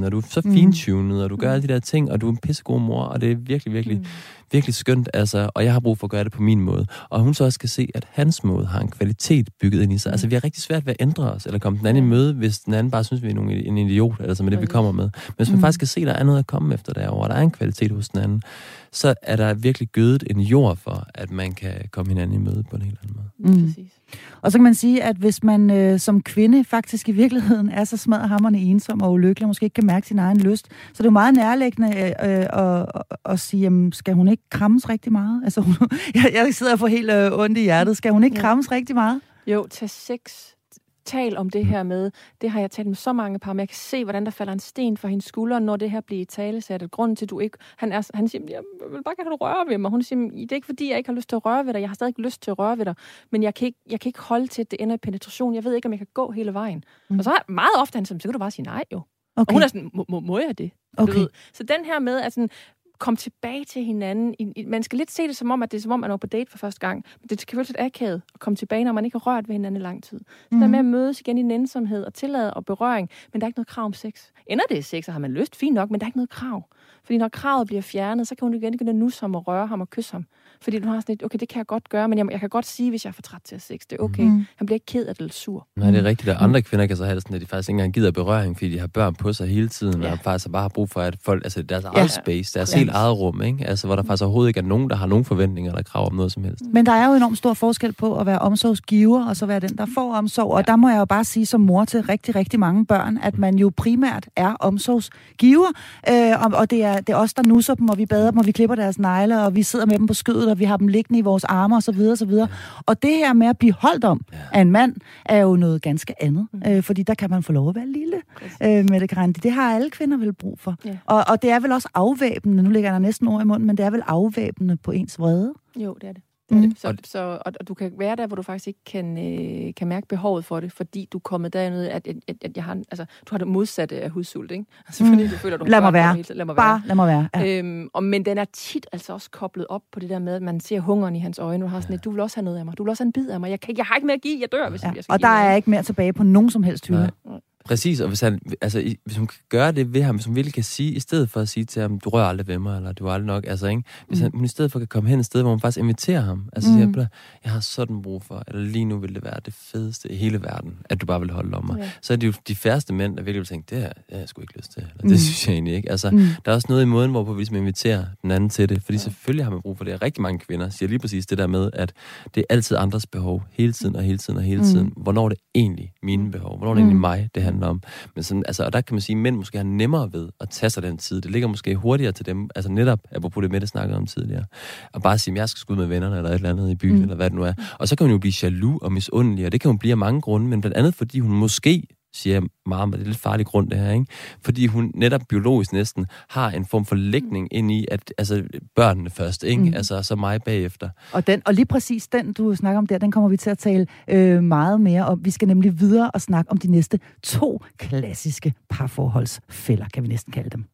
fintunet, og du gør alle de der ting, og du er en pissegod mor, og det er virkelig, virkelig, mm. virkelig skønt, altså, og jeg har brug for at gøre det på min måde. Og hun så også skal se, at hans måde har en kvalitet bygget ind i sig. Mm. Altså, vi har rigtig svært ved at ændre os, eller komme den anden i møde, hvis den anden bare synes, vi er nogle, en idiot, altså med det, vi kommer med. Men hvis man mm. faktisk kan se, at der er noget at komme efter derovre, og der er en kvalitet hos den anden, så er der virkelig gødet en jord for, at man kan komme hinanden i møde på en helt anden måde. Mm. Præcis. Og så kan man sige, at hvis man øh, som kvinde faktisk i virkeligheden er så smadret ensom og ulykkelig, og måske ikke kan mærke sin egen lyst, så det er jo meget nærliggende øh, øh, at, at sige, jamen, skal hun ikke krammes rigtig meget? Altså, hun, jeg, jeg sidder og får helt øh, ondt i hjertet. Skal hun ikke ja. krammes rigtig meget? Jo, tag sex. Tal om det her med, det har jeg talt med så mange par, men jeg kan se, hvordan der falder en sten for hendes skulder, når det her bliver italesat. Grunden til, at du ikke... Han, er, han siger, jeg vil bare gerne røre ved mig. Hun siger, det er ikke fordi, jeg ikke har lyst til at røre ved dig. Jeg har stadig ikke lyst til at røre ved dig, men jeg kan ikke, jeg kan ikke holde til, at det ender i penetration. Jeg ved ikke, om jeg kan gå hele vejen. Mm. Og så er meget ofte han sådan, så kan du bare sige nej, jo. Okay. Og hun er sådan, må, må jeg det? Okay. Du ved. Så den her med, at sådan, komme tilbage til hinanden. Man skal lidt se det som om, at det er som om, man er på date for første gang. Men det skal føles lidt akavet at komme tilbage, når man ikke har rørt ved hinanden i lang tid. Så mm. der med at mødes igen i en ensomhed og tillade og berøring, men der er ikke noget krav om sex. Ender det sex, så har man lyst, fint nok, men der er ikke noget krav. Fordi når kravet bliver fjernet, så kan hun igen begynde at nusse ham og røre ham og kysse ham. Fordi du har sådan lidt, okay, det kan jeg godt gøre, men jeg, jeg kan godt sige, hvis jeg er for træt til at sex. Det er okay. Mm. Han bliver ikke ked af det eller sur. Nej, det er rigtigt. Og andre kvinder kan så have det sådan, at de faktisk ikke engang gider berøring, fordi de har børn på sig hele tiden, ja. og faktisk bare har brug for, at folk, altså deres ja. eget space, deres ja. helt eget rum, ikke? Altså, hvor der faktisk overhovedet ikke er nogen, der har nogen forventninger eller krav om noget som helst. Men der er jo enormt stor forskel på at være omsorgsgiver, og så være den, der får omsorg. Og ja. der må jeg jo bare sige som mor til rigtig, rigtig mange børn, at man jo primært er omsorgsgiver, øh, og, og det er, det er os, der nusser dem, og vi bader dem, og vi klipper deres negle, og vi sidder med dem på skødet, og vi har dem liggende i vores arme, og så videre, og så videre. Og det her med at blive holdt om ja. af en mand, er jo noget ganske andet, øh, fordi der kan man få lov at være lille, øh, Mette Carandi. Det har alle kvinder vel brug for. Ja. Og, og det er vel også afvæbnende, nu ligger der næsten ord i munden, men det er vel afvæbnende på ens vrede? Jo, det er det. Mm. Så, så, og, og du kan være der, hvor du faktisk ikke kan, øh, kan mærke behovet for det, fordi du er kommet derned, at, at, at, at jeg har, altså, du har det modsatte af hudsult, ikke? Altså, fordi mm. du føler, du lad mig være. Lad mig Bare lad mig være. Ja. Øhm, og, men den er tit altså også koblet op på det der med, at man ser hungeren i hans øjne, og har sådan et, du vil også have noget af mig, du vil også have en bid af mig, jeg, kan, jeg har ikke mere at give, jeg dør, hvis ja. jeg skal og der er ikke mere tilbage på nogen som helst hylde. Præcis, og hvis, han, altså, hvis hun kan gøre det ved ham, hvis hun virkelig kan sige, i stedet for at sige til ham, du rører aldrig ved mig, eller du er aldrig nok, altså, ikke? Hvis han, hun i stedet for kan komme hen et sted, hvor hun faktisk inviterer ham, altså mm. siger, jeg har sådan brug for, eller lige nu vil det være det fedeste i hele verden, at du bare vil holde om mig. Ja. Så er det jo de færreste mænd, der virkelig vil tænke, det har jeg sgu ikke lyst til, eller det mm. synes jeg egentlig ikke. Altså, mm. der er også noget i måden, hvorpå vi ligesom inviterer den anden til det, fordi ja. selvfølgelig har man brug for det. Rigtig mange kvinder siger lige præcis det der med, at det er altid andres behov, hele tiden og hele tiden og hele tiden. Mm. Hvornår er det egentlig mine behov? Hvornår er det egentlig mig, det handler om? Men sådan, altså, og der kan man sige, at mænd måske har nemmere ved at tage sig den tid. Det ligger måske hurtigere til dem, altså netop, apropos det med, det snakkede om tidligere, og bare sige, at jeg skal sgu ud med vennerne, eller et eller andet i byen, mm. eller hvad det nu er. Og så kan hun jo blive jaloux og misundelig, og det kan hun blive af mange grunde, men blandt andet, fordi hun måske, siger meget, men det er lidt farlig grund, det her, ikke? Fordi hun netop biologisk næsten har en form for lægning ind i, at altså, børnene først, ikke? Mm. Altså, så mig bagefter. Og, den, og lige præcis den, du snakker om der, den kommer vi til at tale øh, meget mere om. Vi skal nemlig videre og snakke om de næste to klassiske parforholdsfælder, kan vi næsten kalde dem.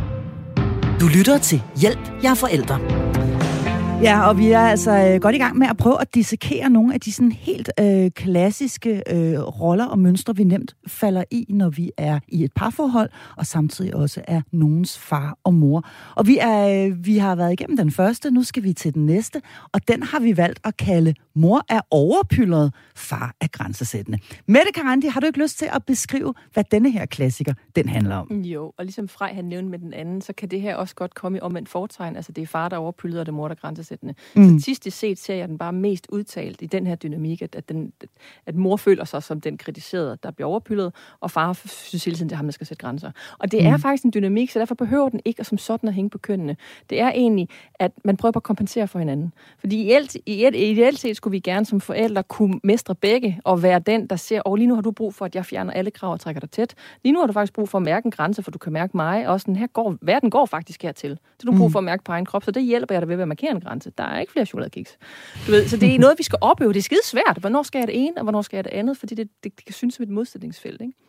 Du lytter til Hjælp, jeg er forældre. Ja, og vi er altså godt i gang med at prøve at dissekere nogle af de sådan helt øh, klassiske øh, roller og mønstre, vi nemt falder i, når vi er i et parforhold, og samtidig også er nogens far og mor. Og vi, er, vi har været igennem den første, nu skal vi til den næste, og den har vi valgt at kalde mor er overpylret, far er grænsesættende. Mette Carandi, har du ikke lyst til at beskrive, hvad denne her klassiker, den handler om? Jo, og ligesom Frej han nævnte med den anden, så kan det her også godt komme i omvendt fortegn. Altså det er far, der er overpylret, og det er mor, der er grænsesættende. Mm. Statistisk set ser jeg den bare mest udtalt i den her dynamik, at, at, den, at mor føler sig som den kritiserede, der bliver overpyldet, og far synes hele tiden, det er ham, der skal sætte grænser. Og det mm. er faktisk en dynamik, så derfor behøver den ikke som sådan at hænge på kønnene. Det er egentlig, at man prøver at kompensere for hinanden. Fordi ideelt, ideelt set skulle vi gerne som forældre kunne mestre begge, og være den, der ser, og lige nu har du brug for, at jeg fjerner alle krav og trækker dig tæt. Lige nu har du faktisk brug for at mærke en grænse, for du kan mærke mig, og sådan her går, verden går faktisk hertil. Det er du brug for at mærke på egen krop, så det hjælper jeg dig ved at markere en grænse. Der er ikke flere chokoladekiks. Du ved, så det er noget, vi skal opleve. Det er skide svært. Hvornår skal jeg det ene, og hvornår skal jeg det andet? Fordi det, det, det kan synes som et modsætningsfelt, ikke?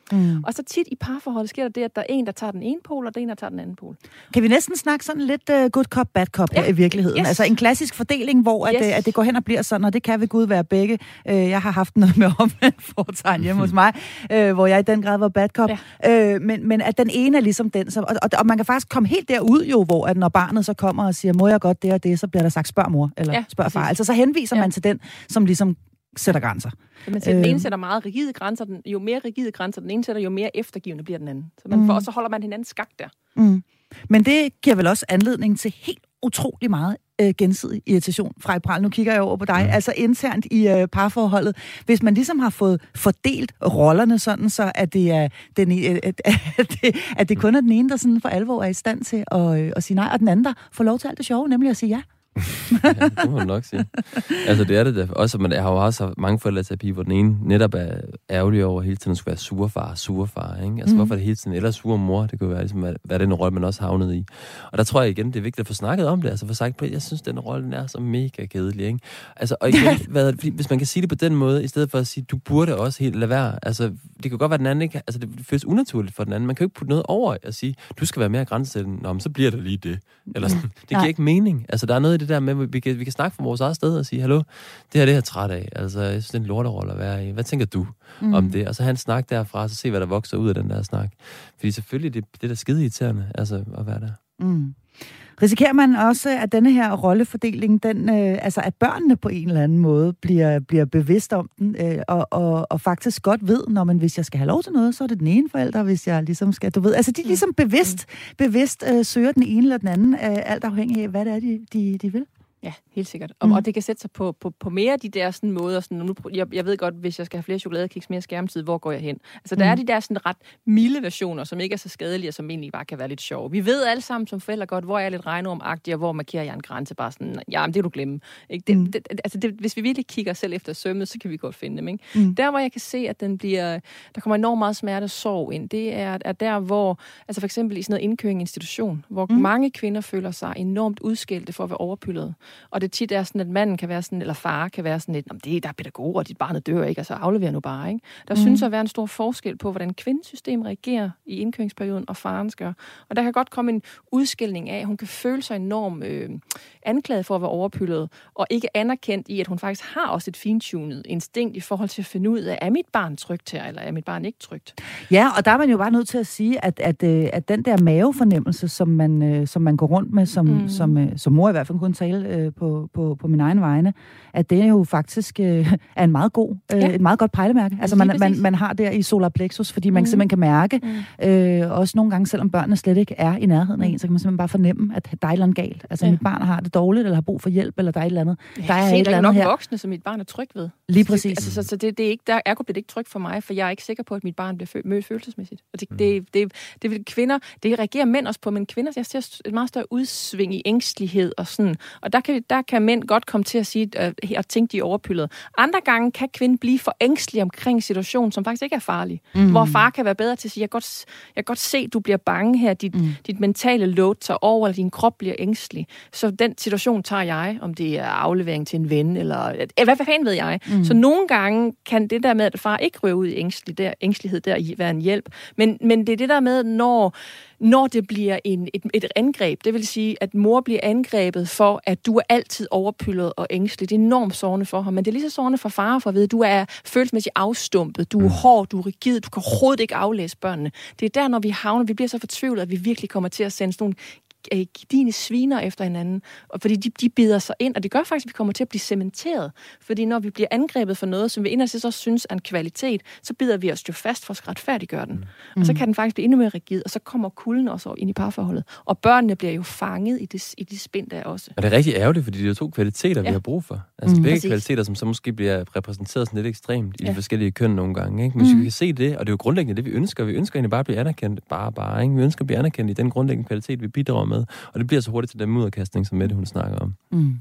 Mm. Og så tit i parforholdet sker der det, at der er en, der tager den ene pol, og der er en, der tager den anden pol. Kan vi næsten snakke sådan lidt uh, good cop, bad cop ja. her i virkeligheden? Yes. Altså en klassisk fordeling, hvor yes. at, at det går hen og bliver sådan, og det kan ved Gud være begge. Uh, jeg har haft noget med omvendt foretegn hjemme hos mig, uh, hvor jeg i den grad var bad cop. Ja. Uh, men, men at den ene er ligesom den. Så, og, og, og man kan faktisk komme helt derud jo, hvor at når barnet så kommer og siger, må jeg godt det og det, så bliver der sagt, spørg mor, eller ja, spørg far. Altså så henviser ja. man til den, som ligesom sætter grænser. Man siger, øh, den ene sætter meget rigide grænser, den, jo mere rigide grænser den ene sætter, jo mere eftergivende bliver den anden. Så man mm. får, og så holder man hinanden skak der. Mm. Men det giver vel også anledning til helt utrolig meget øh, gensidig irritation. Frej Pral, nu kigger jeg over på dig. Mm. Altså internt i øh, parforholdet. Hvis man ligesom har fået fordelt rollerne sådan, så at det, er den, øh, at, det, at det kun er den ene, der sådan for alvor er i stand til at, øh, at sige nej, og den anden, der får lov til alt det sjove, nemlig at sige ja. Ja, det må man nok sige. Altså, det er det da. Også, man har jo også mange forældre til at pige, hvor den ene netop er ærgerlig over hele tiden at skulle være surfar, surfar, ikke? Altså, mm. hvorfor er det hele tiden? Eller sur mor, det kunne være, ligesom, hvad den rolle, man også havnet i. Og der tror jeg igen, det er vigtigt at få snakket om det. Altså, få sagt, jeg synes, den rolle er så mega kedelig, ikke? Altså, og igen, hvad, hvis man kan sige det på den måde, i stedet for at sige, du burde også helt lade være. Altså, det kan godt være, den anden ikke... Altså, det føles unaturligt for den anden. Man kan jo ikke putte noget over og sige, du skal være mere grænsesættende. Nå, men så bliver det lige det. Eller sådan. Det giver ikke mening. Altså, der er noget i det der med, at vi kan, vi kan snakke fra vores eget sted og sige, hallo, det her det er jeg træt af. Altså, jeg synes, det er en lorterolle at være i. Hvad tænker du mm. om det? Og så have en snak derfra, så se, hvad der vokser ud af den der snak. Fordi selvfølgelig, det, det er da skide irriterende, altså, at være der. Mm. Risikerer man også, at denne her rollefordeling, den, øh, altså at børnene på en eller anden måde bliver, bliver bevidst om den, øh, og, og, og faktisk godt ved, når man, hvis jeg skal have lov til noget, så er det den ene forælder, hvis jeg ligesom skal, du ved, altså de ligesom bevidst, bevidst øh, søger den ene eller den anden, øh, alt afhængig af, hvad det er, de, de, de vil. Ja, helt sikkert. Og, mm. og det kan sætte sig på, på, på mere af de der sådan måder. Sådan, nu, jeg, jeg ved godt, hvis jeg skal have flere chokoladekiks, mere skærmtid, hvor går jeg hen? Altså, der mm. er de der sådan ret milde versioner, som ikke er så skadelige, og som egentlig bare kan være lidt sjove. Vi ved alle sammen som forældre godt, hvor er jeg lidt regnormagtig, og hvor markerer jeg en grænse. Bare sådan, ja, men det du glemme. Ikke? Det, mm. det, altså, det, hvis vi virkelig kigger selv efter sømmet, så kan vi godt finde dem. Ikke? Mm. Der, hvor jeg kan se, at den bliver, der kommer enormt meget smerte og sorg ind, det er, er der, hvor, altså for eksempel i sådan noget indkøring institution, hvor mm. mange kvinder føler sig enormt udskældte for at være overpyldet. Og det tit er sådan, at manden kan være sådan, eller far kan være sådan lidt, det der er pædagoger, dit barn dør ikke, altså afleverer nu bare, ikke? Der mm. synes at være en stor forskel på, hvordan kvindesystemet reagerer i indkøringsperioden, og farens gør. Og der kan godt komme en udskilning af, at hun kan føle sig enormt øh, anklaget for at være overpyldet, og ikke anerkendt i, at hun faktisk har også et fintunet instinkt i forhold til at finde ud af, er mit barn trygt her, eller er mit barn ikke trygt? Ja, og der er man jo bare nødt til at sige, at, at, at den der mavefornemmelse, som man, som man går rundt med, som, mm. som, som mor i hvert fald kunne tale øh, på, på, på min egen vegne, at det jo faktisk øh, er en meget god, øh, ja. et meget godt pejlemærke. Altså man, man, man har der i solar plexus, fordi man mm. simpelthen kan mærke, mm. øh, også nogle gange, selvom børnene slet ikke er i nærheden af en, så kan man simpelthen bare fornemme, at der er et eller andet galt. Altså ja. mit barn har det dårligt, eller har brug for hjælp, eller der er et eller andet. Ja, der er se, et der eller er andet nok her. voksne, som mit barn er tryg ved. Lige præcis. Altså, så, så det, det er ikke, der ergo bliver det ikke trygt for mig, for jeg er ikke sikker på, at mit barn bliver fø- mødt følelsesmæssigt. Og det, mm. det, det, det vil kvinder, det reagerer mænd også på, men kvinder, jeg ser et meget større udsving i ængstelighed og sådan. Og der kan, der kan mænd godt komme til at sige, uh, og tænke, de er overpyldet. Andre gange kan kvinden blive for ængstelig omkring situationen, som faktisk ikke er farlig. Mm. Hvor far kan være bedre til at sige, jeg kan godt, jeg kan godt se, at du bliver bange her, dit, mm. dit mentale load tager over, eller din krop bliver ængstelig. Så den situation tager jeg, om det er aflevering til en ven, eller hvad fanden ved jeg. Mm. Så nogle gange kan det der med, at far ikke ryger ud i ængstelig der, ængstelighed der, være en hjælp. Men, men det er det der med, når når det bliver en, et, et angreb, det vil sige, at mor bliver angrebet for, at du er altid overpyldet og ængstelig. Det er enormt sårende for ham, men det er lige så sårende for far for at vide, at du er følelsesmæssigt afstumpet, du er hård, du er rigid, du kan overhovedet ikke aflæse børnene. Det er der, når vi havner, vi bliver så fortvivlet, at vi virkelig kommer til at sende sådan nogle dine sviner efter hinanden, og fordi de, de bider sig ind, og det gør faktisk, at vi kommer til at blive cementeret, fordi når vi bliver angrebet for noget, som vi inderst også synes er en kvalitet, så bider vi os jo fast for at retfærdiggøre den. Mm. Og så kan den faktisk blive endnu mere rigid, og så kommer kulden også ind i parforholdet. Og børnene bliver jo fanget i det, i det spind der også. Og det er rigtig ærgerligt, fordi det er to kvaliteter, ja. vi har brug for. Altså mm. begge Præcis. kvaliteter, som så måske bliver repræsenteret sådan lidt ekstremt i ja. de forskellige køn nogle gange. Ikke? Men mm. hvis vi kan se det, og det er jo grundlæggende det, vi ønsker. Vi ønsker egentlig bare at blive anerkendt, bare, bare. Ikke? Vi ønsker at blive anerkendt i den grundlæggende kvalitet, vi bidrager med. Og det bliver så hurtigt til den mudderkastning, som Mette, hun snakker om. Mm.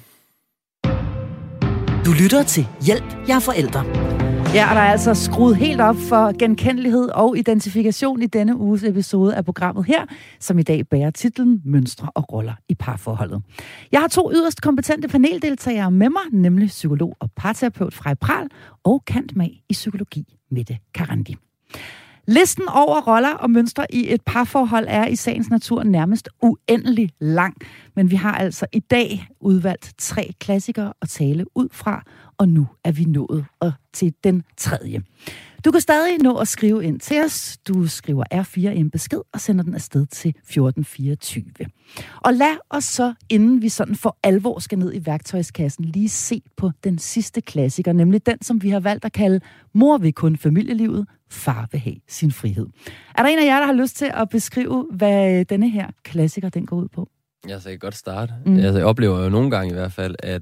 Du lytter til Hjælp, jeg er forældre. Ja, og der er altså skruet helt op for genkendelighed og identifikation i denne uges episode af programmet her, som i dag bærer titlen Mønstre og roller i parforholdet. Jeg har to yderst kompetente paneldeltagere med mig, nemlig psykolog og parterapeut Frej Pral og cand.mag i psykologi Mette Karandi. Listen over roller og mønstre i et parforhold er i sagens natur nærmest uendelig lang. Men vi har altså i dag udvalgt tre klassikere at tale ud fra, og nu er vi nået til den tredje. Du kan stadig nå at skrive ind til os. Du skriver R fire i en besked og sender den afsted til fjorten fireogtyve. Og lad os så, inden vi sådan for alvor skal ned i værktøjskassen, lige se på den sidste klassiker, nemlig den, som vi har valgt at kalde Mor vil kun familielivet, far vil have sin frihed. Er der en af jer, der har lyst til at beskrive, hvad denne her klassiker den går ud på? Ja, så jeg kan godt starte. Mm. Altså, jeg oplever jo nogle gange i hvert fald, at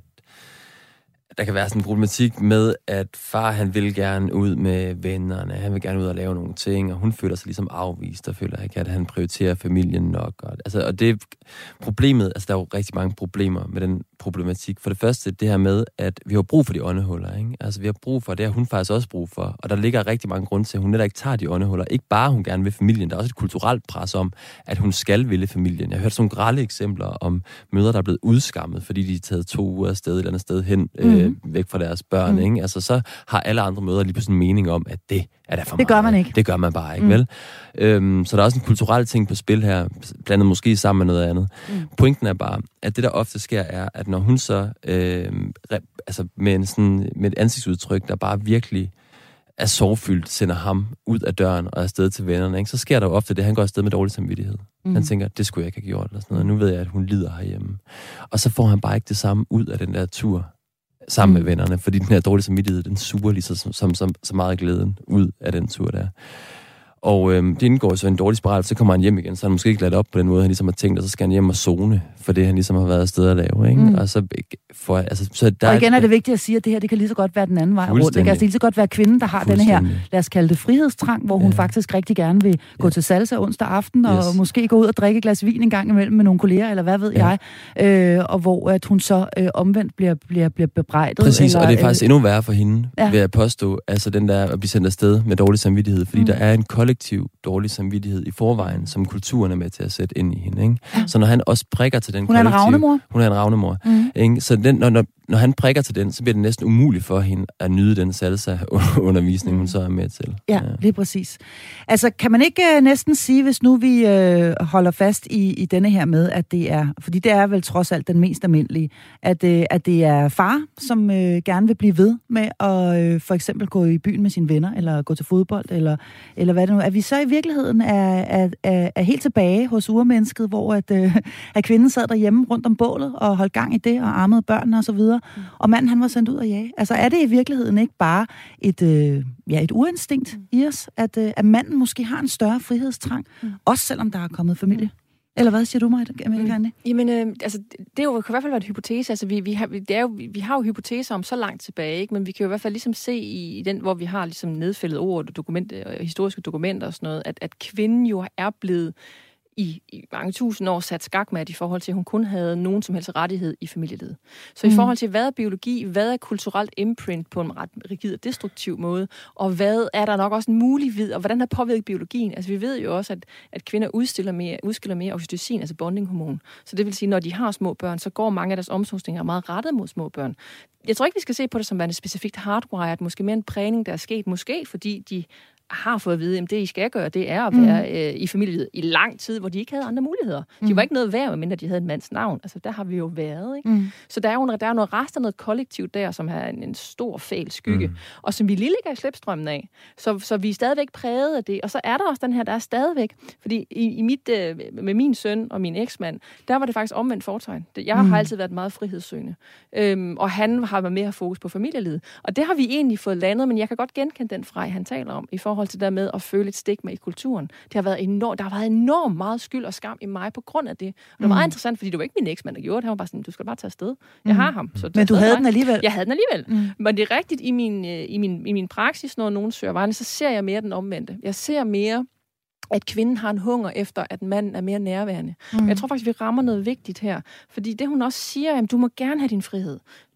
der kan være sådan en problematik med, at far han vil gerne ud med vennerne, han vil gerne ud og lave nogle ting, og hun føler sig ligesom afvist, og føler ikke, at han prioriterer familien nok. Og, altså, og det problemet, altså der er jo rigtig mange problemer med den problematik. For det første, det her med, at vi har brug for de åndehuller, ikke? Altså vi har brug for, det har hun faktisk også brug for, og der ligger rigtig mange grunde til, at hun netop ikke tager de åndehuller. Ikke bare, hun gerne vil familien, der er også et kulturelt pres om, at hun skal ville familien. Jeg har hørt sådan nogle grelle eksempler om mødre, der er blevet udskammet, fordi de er taget to uger afsted et eller andet sted hen, mm. øh, væk fra deres børn, mm. ikke? Altså så har alle andre mødre lige pludselig en mening om, at det er der for det meget. gør man ikke. Det gør man bare ikke, mm. vel? Øhm, så der er også en kulturel ting på spil her, blandet måske sammen med noget andet. Mm. Pointen er bare, at det der ofte sker er, at når hun så øh, re- altså med, en sådan, med et ansigtsudtryk, der bare virkelig er sorgfyldt, sender ham ud af døren og afsted til vennerne, ikke? Så sker der jo ofte det, han går afsted med dårlig samvittighed. Mm. Han tænker, det skulle jeg ikke have gjort, eller sådan noget. Nu ved jeg, at hun lider herhjemme. Og så får han bare ikke det samme ud af den der tur sammen mm. med vennerne, fordi den her dårlige samvittighed, den suger lige så, som, som, så meget glæden ud af den tur der. Og øhm, det indgår så en dårlig spiral, så kommer han hjem igen, så han måske ikke ladt op på den måde, han ligesom har tænkt, og så skal han hjem og zone for det, han ligesom har været afsted at lave, ikke? Mm. Og, så, for, altså, så der og igen er det vigtigt at sige, at det her, det kan lige så godt være den anden vej rundt. Det kan altså lige så godt være kvinden, der har denne her, lad os kalde det frihedstrang, hvor hun ja. faktisk rigtig gerne vil gå ja. til salsa onsdag aften, og yes. måske gå ud og drikke et glas vin en gang imellem med nogle kolleger, eller hvad ved ja. jeg, øh, og hvor at hun så øh, omvendt bliver, bliver, bliver bebrejdet. Præcis, eller, og det er faktisk øh, endnu værre for hende, ja. ved at påstå, altså den der at blive sendt afsted med dårlig samvittighed, fordi mm. der er en kollektiv dårlig samvittighed i forvejen, som kulturen er med til at sætte ind i hende, ikke? Ja. Så når han også prikker til den hun kollektiv... Hun er en ravnemor. Hun er en ravnemor. Mm. Ikke? Så den, når, når, når han prikker til den, så bliver det næsten umuligt for hende at nyde den salsa-undervisning, mm. hun så er med til. Ja, ja, lige præcis. Altså, kan man ikke uh, næsten sige, hvis nu vi uh, holder fast i, i denne her med, at det er, fordi det er vel trods alt den mest almindelige, at, uh, at det er far, som uh, gerne vil blive ved med at uh, for eksempel gå i byen med sine venner, eller gå til fodbold, eller, eller hvad det nu er. Er vi så i virkeligheden er, er, er, er helt tilbage hos urmennesket, hvor at, uh, at kvinden sad derhjemme rundt om bålet og holdt gang i det, og armede børnene og så videre, mm. og manden han var sendt ud at jage. Altså er det i virkeligheden ikke bare et, øh, ja, et uinstinkt mm. i os, at, øh, at manden måske har en større frihedstrang, mm. også selvom der er kommet familie? Eller hvad siger du, Maja? Mm. Jamen, øh, altså, det er jo, kan i hvert fald være et hypotese. Altså, vi, vi, har, det er jo, vi har jo hypoteser om så langt tilbage, ikke? Men vi kan jo i hvert fald ligesom se i, i den, hvor vi har ligesom nedfældet ord og dokumenter, historiske dokumenter og sådan noget, at, at kvinden jo er blevet i, i mange tusind år sat skakmat i forhold til, at hun kun havde nogen som helst rettighed i familielivet. Så mm. i forhold til, hvad er biologi, hvad er kulturelt imprint på en ret rigid og destruktiv måde, og hvad er der nok også en mulighed, og hvordan har påvirket biologien? Altså vi ved jo også, at, at kvinder udstiller mere, udskiller mere oxytocin, altså bondinghormon. Så det vil sige, når de har små børn, så går mange af deres omsorgsninger meget rettet mod små børn. Jeg tror ikke, vi skal se på det som værende specifikt hardwired, måske mere en prægning, der er sket, måske fordi de har fået at vide, at det, I skal gøre, det er at være mm. øh, i familielivet i lang tid, hvor de ikke havde andre muligheder. De mm. var ikke noget værd, medmindre de havde en mands navn. Altså, der har vi jo været, ikke? Mm. Så der er jo der er noget rest af noget kollektivt der, som er en, en stor, fæl skygge, mm. og som vi lige ligger i slipstrømmen af. Så, så vi er stadigvæk præget af det. Og så er der også den her, der er stadigvæk, fordi i, i mit, øh, med min søn og min eksmand, der var det faktisk omvendt fortegn. Jeg mm. har altid været meget frihedssøgende. Øhm, og han har været mere fokus på familielivet. Og det har vi egentlig fået landet, men jeg kan godt genkende den Frej, han taler om, i forhold til det med at føle et stigma i kulturen. Det har været enormt, der har været enormt meget skyld og skam i mig på grund af det. Og det var meget mm. interessant, fordi det var ikke min eksmand, der gjorde det. Han var bare sådan, du skal bare tage afsted. Jeg har ham. Så men du havde den alligevel? Jeg havde den alligevel. Mm. Men det er rigtigt, i min, i min, i min praksis, når nogen søger vejene, så ser jeg mere den omvendte. Jeg ser mere, at kvinden har en hunger efter, at manden er mere nærværende. Mm. Jeg tror faktisk, vi rammer noget vigtigt her. Fordi det, hun også siger, at du må gerne have din frihed.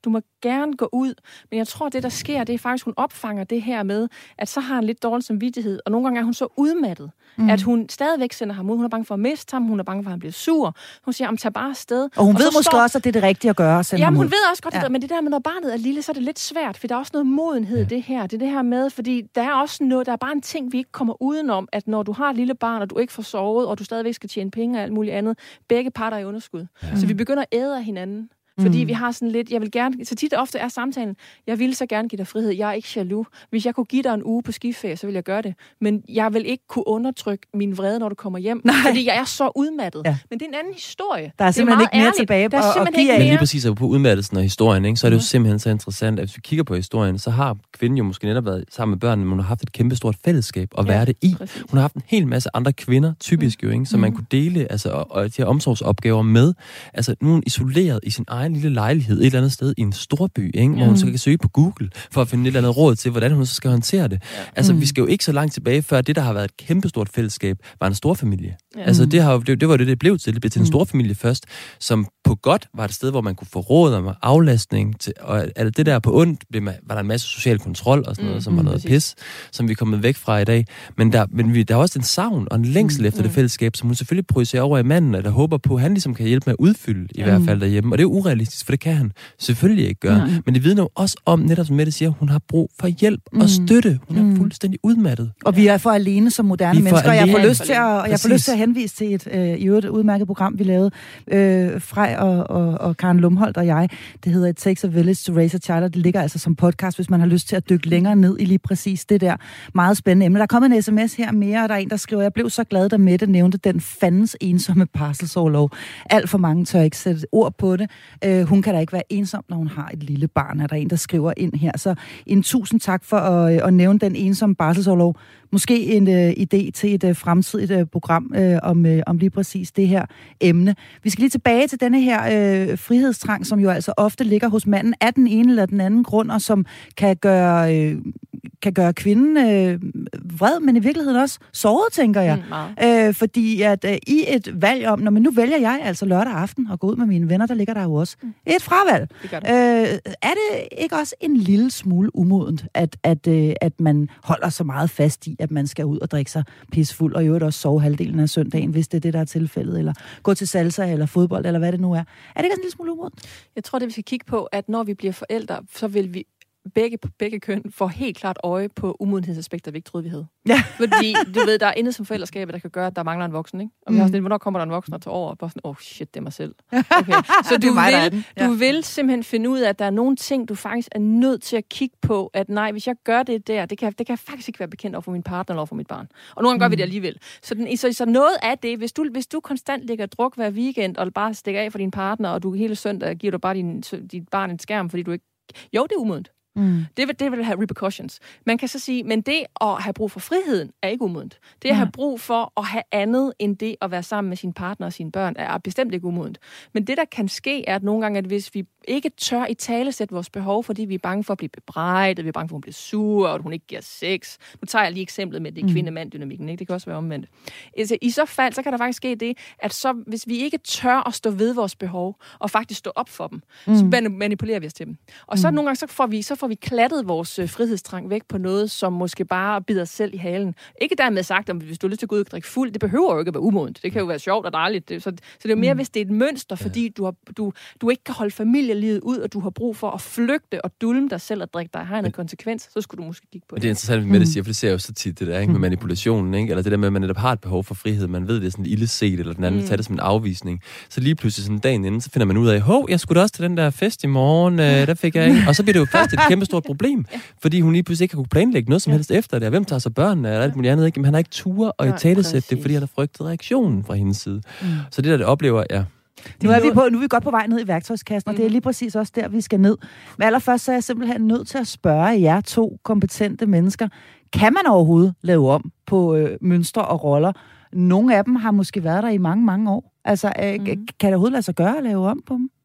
du må gerne gå ud, men jeg tror, det der sker, det er faktisk, hun opfanger det her med, at så har han lidt dårlig samvittighed, og nogle gange er hun så udmattet, mm. at hun stadigvæk sender ham ud. Hun er bange for at miste ham, hun er bange for, at han bliver sur. Hun siger, om tag bare afsted. Og hun og ved måske står... også, at det er det rigtige at gøre. Jamen, hun ved også godt, ja. det, men det der med, når barnet er lille, så er det lidt svært, for der er også noget modenhed i ja. det her. Det er det her med, fordi der er også noget, der er bare en ting, vi ikke kommer udenom, at når du har et lille barn, og du ikke får sovet, og du stadigvæk skal tjene penge og alt muligt andet, begge parter er i underskud. Ja. Så vi begynder at æde af hinanden. Fordi mm. vi har sådan lidt, jeg vil gerne, så tit og ofte er samtalen, jeg vil så gerne give dig frihed, jeg er ikke jaloux. Hvis jeg kunne give dig en uge på skiferie, så vil jeg gøre det. Men jeg vil ikke kunne undertrykke min vrede, når du kommer hjem, Nej. fordi jeg er så udmattet. Ja. Men det er en anden historie. Der er simpelthen ikke mere ærligt. tilbage der er og, og give af. Men lige præcis på udmattelsen og historien, ikke, så er det jo simpelthen så interessant, at hvis vi kigger på historien, så har kvinden jo måske netop været sammen med børnene, men hun har haft et kæmpestort fællesskab at ja, være det i. Præcis. Hun har haft en hel masse andre kvinder, typisk mm. jo, ikke, som mm. man kunne dele altså, og, og de her omsorgsopgaver med. Altså, nu er hun isoleret i sin egen lille lejlighed et eller andet sted i en storby, ikke? Hvor mm. hun så kan søge på Google for at finde et eller andet råd til, hvordan hun så skal håndtere det. Ja. Altså, mm. vi skal jo ikke så langt tilbage, før det, der har været et kæmpestort fællesskab, var en storfamilie. Ja. Altså, det, har, det, det var det, det blev til. Det blev til en storfamilie først, som på godt var et sted, hvor man kunne få råd om aflastning, til, og alt det der på ondt, blev man, var der en masse social kontrol og sådan noget, mm. som var noget mm. pis, som vi er kommet væk fra i dag. Men der, men vi, der er også en savn og en længsel mm. efter det fællesskab, som hun selvfølgelig projicerer over i manden, og der håber på, at han ligesom kan hjælpe med at udfylde, i mm. hvert fald derhjemme. Og det er urealistisk, for det kan han selvfølgelig ikke gøre. Mm. Men det vidner jo også om, netop som Mette siger, hun har brug for hjælp mm. og støtte. Hun er mm. fuldstændig udmattet. Og vi er for alene som moderne mennesker, og jeg får lyst til at, og jeg får lyst til at henvise til et øh, i øvrigt udmærket program, vi lavede, øh, Frej og, og, og Karen Lumholdt og jeg. Det hedder It Takes a Village to Raise a Child, og det ligger altså som podcast, hvis man har lyst til at dykke længere ned i lige præcis det der meget spændende emne. Der er kommet en sms her mere, og der er en, der skriver, jeg blev så glad, da Mette nævnte den fandens ensomme barselsorlov. Alt for mange tør ikke sætte ord på det. Øh, hun kan da ikke være ensom, når hun har et lille barn, er der en, der skriver ind her. Så en tusind tak for at, at nævne den ensomme barselsorlov. Måske en uh, idé til et uh, fremtidigt uh, program uh, om, uh, om lige præcis det her emne. Vi skal lige tilbage til denne her uh, frihedstrang, som jo altså ofte ligger hos manden af den ene eller den anden grund, og som kan gøre, uh, kan gøre kvinden uh, vred, men i virkeligheden også såret, tænker jeg. Mm, uh, fordi at uh, i et valg om, når man nu vælger jeg altså lørdag aften og gå ud med mine venner, der ligger der jo også mm. et fravalg. Det gør det. Uh, er det ikke også en lille smule umodent, at, at, uh, at man holder så meget fast i, at man skal ud og drikke sig pisfuld, og i øvrigt også sove halvdelen af søndagen, hvis det er det, der er tilfældet, eller gå til salsa, eller fodbold, eller hvad det nu er. Er det ikke også en lille smule umodent? Jeg tror, det vi skal kigge på, at når vi bliver forældre, så vil vi begge, begge køn får helt klart øje på umodenhedsaspekter, vi ikke troede, vi havde. Ja. Fordi, du ved, der er intet som forældreskabet, der kan gøre, at der mangler en voksen, ikke? Og vi mm. har sådan, hvornår kommer der en voksen og tager over, og bare sådan, åh, oh, shit, det er mig selv. Okay. Så du, mig, vil, ja. du vil simpelthen finde ud af, at der er nogle ting, du faktisk er nødt til at kigge på, at nej, hvis jeg gør det der, det kan, det kan jeg faktisk ikke være bekendt over for min partner eller over for mit barn. Og nogle gange mm. gør vi det alligevel. Så, den, så, så noget af det, hvis du, hvis du konstant ligger druk hver weekend, og bare stikker af for din partner, og du hele søndag giver du bare din, dit barn en skærm, fordi du ikke... Jo, det er umodent. Mm. Det, vil, det vil have repercussions. Man kan så sige, men det at have brug for friheden er ikke umodent. Det at ja. have brug for at have andet end det at være sammen med sin partner og sine børn er bestemt ikke umodent. Men det, der kan ske, er, at nogle gange, at hvis vi ikke tør i talesætte vores behov, fordi vi er bange for at blive bebrejdet, vi er bange for, at hun bliver sur, og at hun ikke giver sex. Nu tager jeg lige eksemplet med det mm. kvinde-mand-dynamikken, ikke? Det kan også være omvendt. Altså, i så fald, så kan der faktisk ske det, at så, hvis vi ikke tør at stå ved vores behov, og faktisk stå op for dem, mm. så manipulerer vi os til dem. Og så mm. nogle gange, så får vi, så får vi klattet vores øh, frihedstrang væk på noget, som måske bare bider os selv i halen. Ikke dermed sagt, om hvis du har lyst til at gå ud og drikke fuld, det behøver jo ikke at være umodent. Det kan jo være sjovt og dejligt. Det, så, så det er jo mere, mm. hvis det er et mønster, fordi du, har, du, du ikke kan holde familielivet ud, og du har brug for at flygte og dulme dig selv og drikke dig har en konsekvens, så skulle du måske kigge på det. Det er interessant, med det siger, for det ser jo så tit det der, ikke, med manipulationen, ikke? Eller det der med, at man netop har et behov for frihed. Man ved, det er sådan ildeset, eller den anden vil tage det som en afvisning. Så lige pludselig sådan dagen inden, så finder man ud af, hov, jeg skulle da også til den der fest i morgen, øh, der fik jeg ikke. Og så bliver det jo først et kæmpestort problem, fordi hun lige pludselig ikke har kunne planlægge noget som helst ja. efter det. Hvem tager sig børnene og alt muligt andet, ikke? Men han har ikke tur og i talesætte det, fordi han har frygtet reaktionen fra hendes side. Mm. Så det der, det oplever, ja. Nu er, vi på, nu er vi godt på vej ned i værktøjskassen, og mm. det er lige præcis også der, vi skal ned. Men allerførst så er jeg simpelthen nødt til at spørge jer to kompetente mennesker, kan man overhovedet lave om på øh, mønstre og roller? Nogle af dem har måske været der i mange, mange år. Altså, øh, mm. kan det overhovedet lade sig gøre at lave om på dem?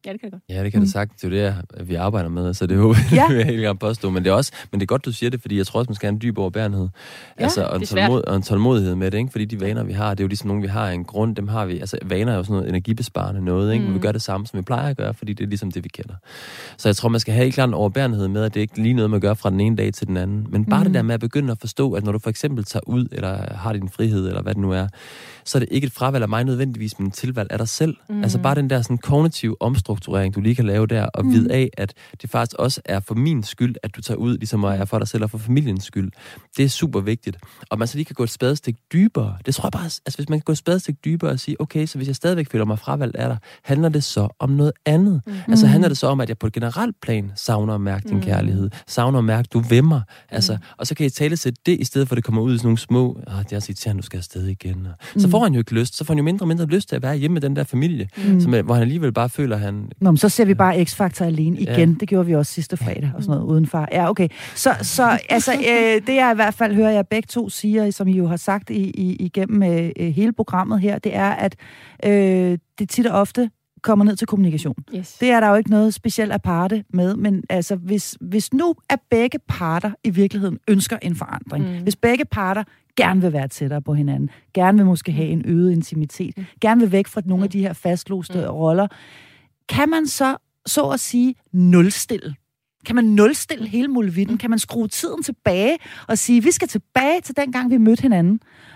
Ja, det kan det godt. Ja, det kan mm. det sagt. Det er jo det, vi arbejder med, så det er jo ja. vil jeg helt gerne påstå. Men det er også, men det er godt, du siger det, fordi jeg tror også, man skal have en dyb overbærenhed. Ja, altså, og en, tålmod, og en tålmodighed med det, ikke? Fordi de vaner, vi har, det er jo ligesom nogle, vi har en grund, dem har vi. Altså, vaner er jo sådan noget energibesparende noget, ikke? Mm. Vi gør det samme, som vi plejer at gøre, fordi det er ligesom det, vi kender. Så jeg tror, man skal have helt klart en overbærenhed med, at det ikke lige noget, man gør fra den ene dag til den anden. Men bare mm. det der med at begynde at forstå, at når du for eksempel tager ud, eller har din frihed, eller hvad det nu er, så er det ikke et fravalg af mig nødvendigvis, men et tilvalg af dig selv. Mm. Altså bare den der sådan kognitive omstrukturering, du lige kan lave der, og mm. vide af, at det faktisk også er for min skyld, at du tager ud, ligesom at er for dig selv og for familiens skyld. Det er super vigtigt. Og man så lige kan gå et spadestik dybere. Det tror jeg bare, altså hvis man kan gå et spadestik dybere og sige, okay, så hvis jeg stadigvæk føler mig fravalgt af dig, handler det så om noget andet? Mm. Altså handler det så om, at jeg på et generelt plan savner at mærke din mm. kærlighed, savner at mærke, du vil mig. Altså, mm. og så kan jeg tale til det, i stedet for at det kommer ud i sådan nogle små, ah, det er så irriterende, du skal afsted igen. Og mm. så får han jo ikke lyst, så får han jo mindre og mindre lyst til at være hjemme med den der familie, mm. som, hvor han alligevel bare føler, han... Nå, men så ser vi bare X-Factor alene igen. Ja. Det gjorde vi også sidste fredag og sådan noget udenfor. Ja, okay. Så, så altså, øh, det jeg i hvert fald hører jeg begge to siger, som I jo har sagt i, i, igennem øh, hele programmet her, det er, at øh, det tit og ofte kommer ned til kommunikation. Yes. Det er der jo ikke noget specielt aparte med, men altså, hvis, hvis nu er begge parter i virkeligheden ønsker en forandring, mm. hvis begge parter gerne vil være tættere på hinanden, gerne vil måske have en øget intimitet, mm. gerne vil væk fra nogle mm. af de her fastlåste mm. roller, kan man så, så at sige, nulstille? Kan man nulstille hele muligheden? Kan man skrue tiden tilbage og sige, vi skal tilbage til dengang, vi mødte hinanden?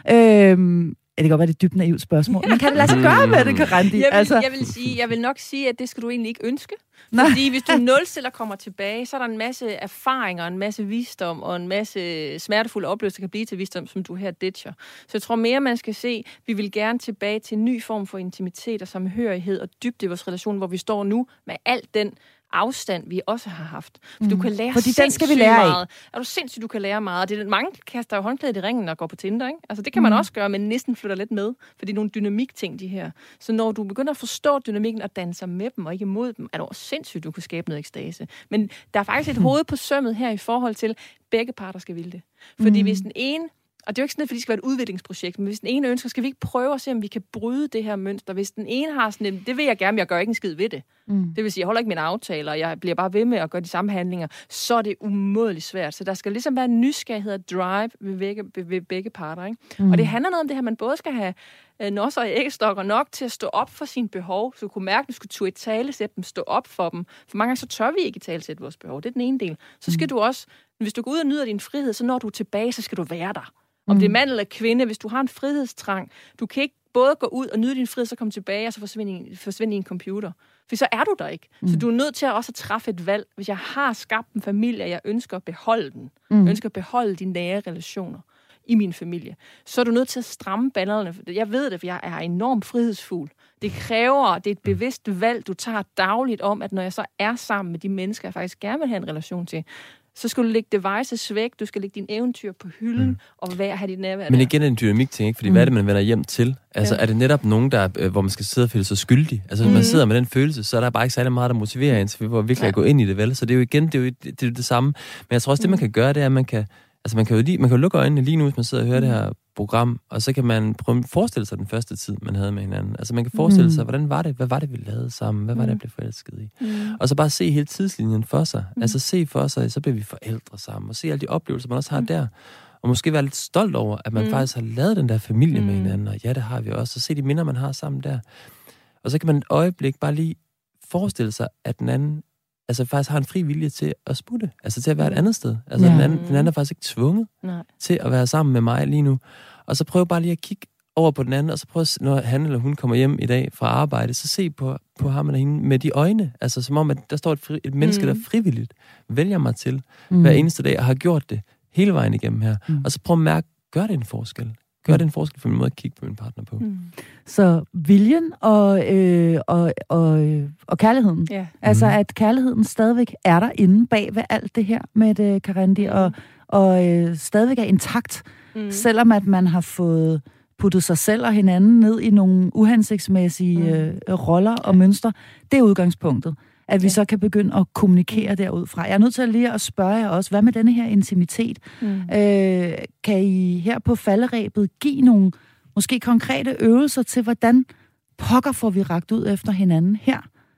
Øhm, Ja, det kan godt være, det er dybt naivt spørgsmål. Men kan det lade sig gøre med det, Karandi? Jeg vil, altså. jeg, vil sige, jeg vil nok sige, at det skal du egentlig ikke ønske. Nej. Fordi hvis du nulstiller kommer tilbage, så er der en masse erfaringer, en masse visdom og en masse smertefulde oplevelser, der kan blive til visdom, som du her ditcher. Så jeg tror mere, man skal se, vi vil gerne tilbage til en ny form for intimitet og samhørighed og dybde i vores relation, hvor vi står nu med alt den afstand, vi også har haft. For mm. du kan lære Fordi den skal vi lære meget. Af. Er du sindssygt, du kan lære meget. Det er, mange kaster jo håndklædet i ringen og går på Tinder, ikke? Altså det kan man mm. også gøre, men næsten flytter lidt med. For det er nogle dynamik-ting, de her. Så når du begynder at forstå dynamikken og danser med dem og ikke imod dem, er det også sindssygt, du kan skabe noget ekstase. Men der er faktisk et mm. hoved på sømmet her i forhold til, begge parter skal ville det. Fordi mm. hvis den ene Og det er jo ikke sådan, fordi det skal være et udviklingsprojekt, men hvis den ene ønsker, skal vi ikke prøve at se, om vi kan bryde det her mønster. Hvis den ene har sådan en, det vil jeg gerne, men jeg gør ikke en skid ved det. Mm. Det vil sige, jeg holder ikke mine aftaler, og jeg bliver bare ved med at gøre de samme handlinger, så er det umådeligt svært. Så der skal ligesom være en nysgerrighed og drive ved begge, ved begge parter. Ikke? Mm. Og det handler noget om det her, man både skal have øh, nosser og æggestokker nok til at stå op for sine behov, så du kunne mærke, at du skulle turde i talesætte dem, stå op for dem. For mange gange så tør vi ikke i talesætte vores behov. Det er den ene del. Så skal mm. du også, hvis du går ud og nyder din frihed, så når du er tilbage, så skal du være der. Om det er mand eller kvinde, hvis du har en frihedstrang, du kan ikke både gå ud og nyde din frihed, så komme tilbage, og så forsvinde i, forsvinde i en computer. For så er du der ikke. Mm. Så du er nødt til at også at træffe et valg. Hvis jeg har skabt en familie, og jeg ønsker at beholde den, mm. jeg ønsker at beholde de nære relationer i min familie, så er du nødt til at stramme banderne. Jeg ved det, for jeg er enormt frihedsfuld. Det kræver, det er et bevidst valg, du tager dagligt om, at når jeg så er sammen med de mennesker, jeg faktisk gerne vil have en relation til, så skal du lægge devices væk, du skal lægge din eventyr på hylden, mm. og være, have dit nærvær. Men igen er en dynamik ting, ikke? Fordi mm. hvad er det, man vender hjem til? Altså, ja. Er det netop nogen, der, øh, hvor man skal sidde og føle sig skyldig? Altså, hvis mm. man sidder med den følelse, så er der bare ikke særlig meget, der motiverer en, så vi får virkelig ja. at gå ind i det, vel? Så det er jo igen, det er jo det, det, er det samme. Men jeg tror også, mm. det man kan gøre, det er, at man kan, altså, man kan jo lige, man kan jo lukke øjnene lige nu, hvis man sidder og hører mm. det her program, og så kan man prøve at forestille sig den første tid, man havde med hinanden. Altså, man kan forestille mm. sig, hvordan var det? Hvad var det, vi lavede sammen? Hvad var det, jeg blev forelsket i? Mm. Og så bare se hele tidslinjen for sig. Mm. Altså, se for sig, så bliver vi forældre sammen, og se alle de oplevelser, man også har mm. der. Og måske være lidt stolt over, at man mm. faktisk har lavet den der familie mm. med hinanden, og ja, det har vi også. Og se de minder, man har sammen der. Og så kan man et øjeblik bare lige forestille sig, at den anden altså faktisk har en fri vilje til at smutte. Altså til at være et andet sted. Altså ja. den, anden, den anden er faktisk ikke tvunget Nej. til at være sammen med mig lige nu. Og så prøv bare lige at kigge over på den anden, og så prøv, når han eller hun kommer hjem i dag fra arbejde, så se på, på ham eller hende med de øjne. Altså som om, at der står et, fri, et menneske, mm. der frivilligt vælger mig til mm. hver eneste dag, og har gjort det hele vejen igennem her. Mm. Og så prøv at mærke, gør det en forskel? Gør det en forskel for min måde at kigge på min partner på? Mm. Så viljen og, øh, og, og, og kærligheden. Yeah. Altså, at kærligheden stadigvæk er der inde bag ved alt det her med det, Karandi, mm. og, og øh, stadigvæk er intakt, mm. selvom at man har fået puttet sig selv og hinanden ned i nogle uhensigtsmæssige mm. øh, roller og ja. mønstre. Det er udgangspunktet. At vi ja. så kan begynde at kommunikere derudfra. Jeg er nødt til lige at spørge jer også, hvad med denne her intimitet? Mm. Øh, kan I her på falderebet give nogle måske konkrete øvelser til, hvordan pokker får vi rakt ud efter hinanden her?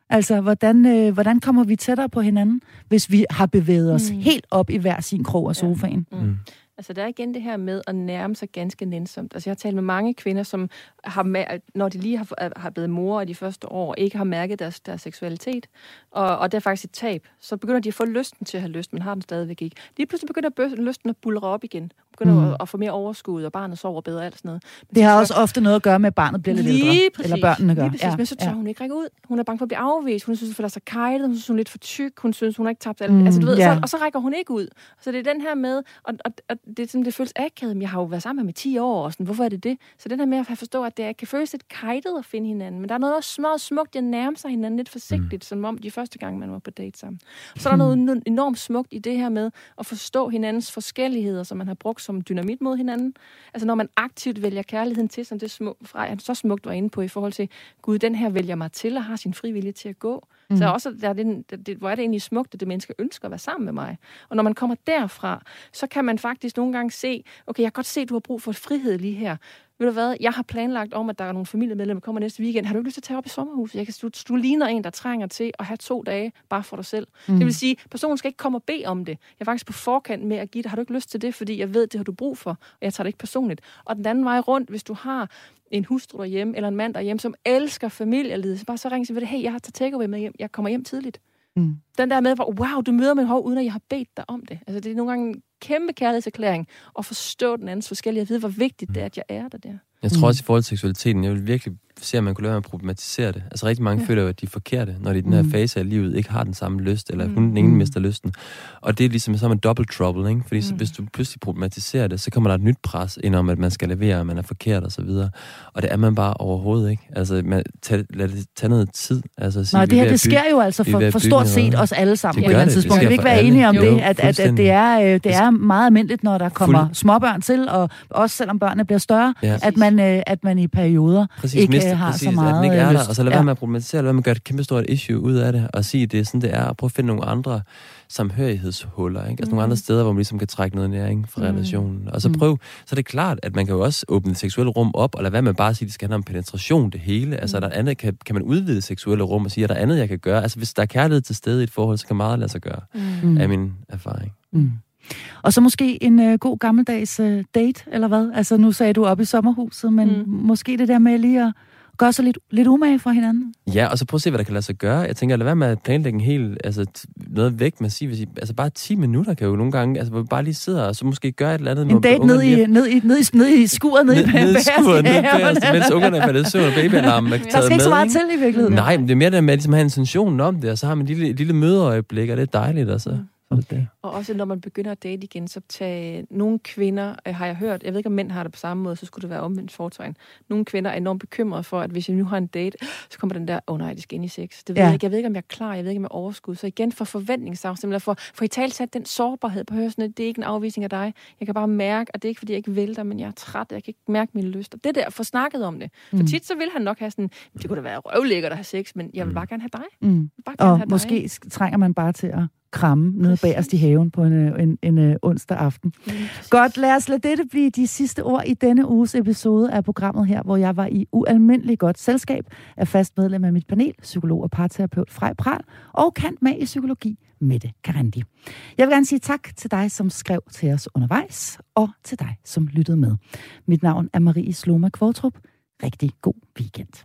Altså, hvordan, øh, hvordan kommer vi tættere på hinanden, hvis vi har bevæget os mm. helt op i hver sin krog af sofaen? Ja. Mm. Altså, der er igen det her med at nærme sig ganske nænsomt. Altså, jeg har talt med mange kvinder, som har, når de lige har, har blevet mor i de første år, ikke har mærket deres, deres seksualitet, og, og det er faktisk et tab, så begynder de at få lysten til at have lyst, men har den stadigvæk ikke. Lige pludselig begynder bø- lysten at buldre op igen. Begynder mm. at, at få mere overskud, og barnet sover bedre og alt sådan noget. Men det har så, også ofte noget at gøre med, at barnet bliver lidt ældre. Eller børnene gør. Lige præcis, ja, men så tør ja. hun ikke række ud. Hun er bange for at blive afvist. Hun synes, hun føler sig kajtet. Hun synes, hun er lidt for tyk. Hun synes, hun har ikke tabt alt. Mm, altså, du ved, ja. så, og så rækker hun ikke ud. Så det er den her med, og, og, og det, sådan, det føles akavet. Jeg har jo været sammen med ti år, og sådan, hvorfor er det det? Så den her med at forstå, at det kan føles lidt kajtet at finde hinanden. Men der er noget også meget smukt, at nærme sig hinanden lidt forsigtigt, mm. som om de første gang, man var på date sammen. Og så er der noget enormt smukt i det her med at forstå hinandens forskelligheder, som man har brugt som dynamit mod hinanden. Altså når man aktivt vælger kærligheden til, som det smuk, fra, så smukt var inde på i forhold til, Gud, den her vælger mig til og har sin frivillige til at gå. Mm. Så også, der er det, det, hvor er det egentlig smukt, at det mennesker ønsker at være sammen med mig. Og når man kommer derfra, så kan man faktisk nogle gange se, okay, jeg kan godt se, at du har brug for frihed lige her. Ved du hvad, jeg har planlagt om, at der er nogle familiemedlemmer, der kommer næste weekend. Har du ikke lyst til at tage op i sommerhuset? Jeg kan, du, du ligner en, der trænger til at have to dage bare for dig selv. Mm. Det vil sige, personen skal ikke komme og bede om det. Jeg er faktisk på forkant med at give det. Har du ikke lyst til det? Fordi jeg ved, det har du brug for, og jeg tager det ikke personligt. Og den anden vej rundt, hvis du har en hustru derhjemme, eller en mand derhjemme, som elsker familielivet, så bare så ringe sig ved det, hey, jeg har taget takeaway med hjem, jeg kommer hjem tidligt. Mm. Den der med, hvor wow, du møder mig hov, uden at jeg har bedt dig om det. Altså det er nogle gange en kæmpe kærlighedserklæring at forstå den andens forskellige, at vide, hvor vigtigt det er, at jeg er der der. Jeg tror også i forhold til seksualiteten, jeg vil virkelig se, om man kunne lade være med at problematisere det. Altså rigtig mange ja. føler jo, at de er forkerte, når de i den her fase af livet ikke har den samme lyst, eller mm. hun den ene mister lysten. Og det er ligesom så med double trouble, ikke? Fordi mm. så, hvis du pludselig problematiserer det, så kommer der et nyt pres ind om, at man skal levere, og man er forkert og så videre. Og det er man bare overhovedet ikke. Altså man, tag, lad det tage noget tid. Altså, sige, Nå, det her, det sker jo altså for, for stort set os alle sammen på et eller andet tidspunkt. Kan vi ikke være alle. enige om jo, det, at, at, at det, er, det er meget almindeligt, når der kommer Fuld... småbørn til, og også selvom børnene bliver større, ja. at, man, at man i perioder præcis, ikke mister, har præcis, så meget ikke er lyst. Der, og så lad være ja. med at problematisere, lad være med at gøre et kæmpe stort issue ud af det, og sige, at det er sådan, det er, og prøve at finde nogle andre samhørighedshuller, ikke? Altså mm. nogle andre steder, hvor man ligesom kan trække noget næring fra mm. relationen. Og så prøv, så er det klart, at man kan jo også åbne det seksuelle rum op, og lade være med bare at sige, at det skal handle om penetration, det hele. Altså er der andet, kan, kan man udvide det seksuelle rum og sige, at der er andet, jeg kan gøre? Altså hvis der er kærlighed til stede i et forhold, så kan meget lade sig gøre, mm. af min erfaring. Mm. Og så måske en øh, god gammeldags øh, date, eller hvad? Altså nu sagde du op i sommerhuset, men mm. måske det der med lige at gøre sig lidt, lidt umage for hinanden. Ja, og så prøv at se, hvad der kan lade sig gøre. Jeg tænker, lad være med at planlægge en hel, altså noget væk med at sige, hvis I, altså bare ti minutter kan jo nogle gange, altså hvor vi bare lige sidder og så måske gøre et eller andet. En date ned i, ned, i, ned, i, ned i skuret, ned, ned i ned i skuret, ned i bagerst, mens ungerne er faldet i søvn og babyalarmen er taget med. Der skal ikke så meget til i virkeligheden. Nej, men det er mere det med at ligesom have en intention om det, og så har man et lille, et lille mødeøjeblik, og det er dejligt, altså. Mm. Okay. Og også når man begynder at date igen, så tage nogle kvinder, øh, har jeg hørt, jeg ved ikke om mænd har det på samme måde, så skulle det være omvendt fortegn. Nogle kvinder er enormt bekymrede for, at hvis jeg nu har en date, så kommer den der, åh oh, nej, det skal ind i sex. Det ved ja. jeg ikke. Jeg ved ikke, om jeg er klar, jeg ved ikke, om jeg er overskud. Så igen for forventningsafstemning, for, for i talsat den sårbarhed på hørsene, det er ikke en afvisning af dig. Jeg kan bare mærke, at det er ikke, fordi jeg ikke vil dig, men jeg er træt, jeg kan ikke mærke min lyst. Og det der, få snakket om det. For mm. tit så vil han nok have sådan, det kunne da være røvlækkert at have sex, men jeg vil bare gerne have dig. Mm. Bare gerne og have måske dig. Trænger man bare til at kramme nede bagerst i haven på en, en, en, en onsdag aften. Mm. Godt, lad os lade dette blive de sidste ord i denne uges episode af programmet her, hvor jeg var i ualmindelig godt selskab af fast medlem af mit panel, psykolog og parterapeut Frej Pral, og kant med i psykologi, Mette Karandi. Jeg vil gerne sige tak til dig, som skrev til os undervejs, og til dig, som lyttede med. Mit navn er Marie Sloma Kvortrup. Rigtig god weekend.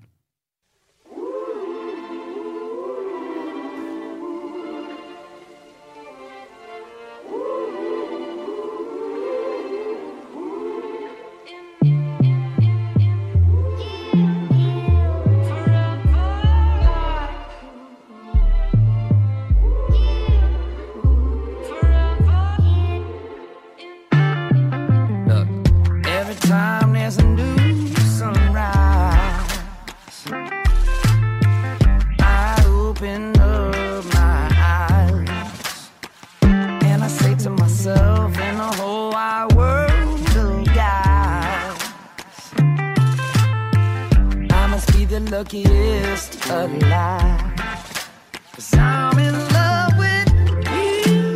Luckiest alive, 'cause I'm in love with you.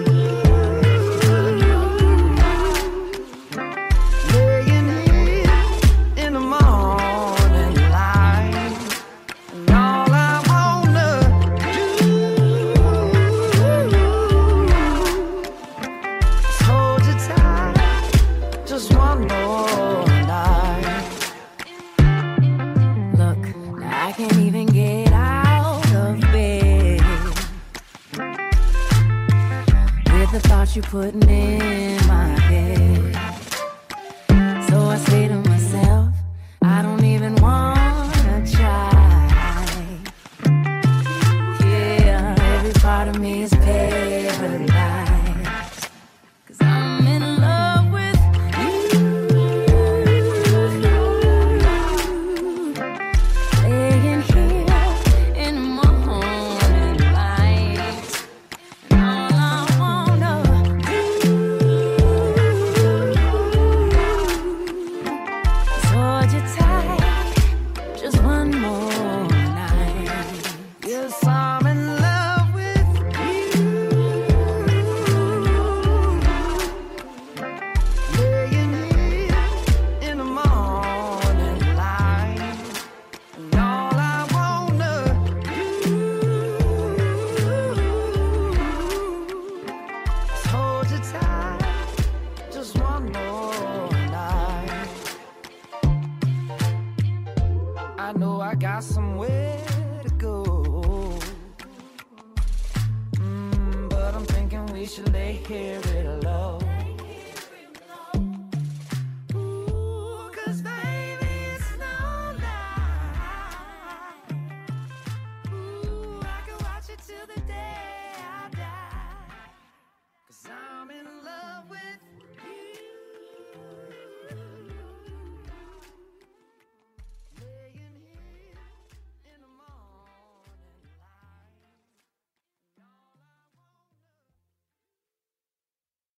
Laying here in the morning light, and all I wanna putting in.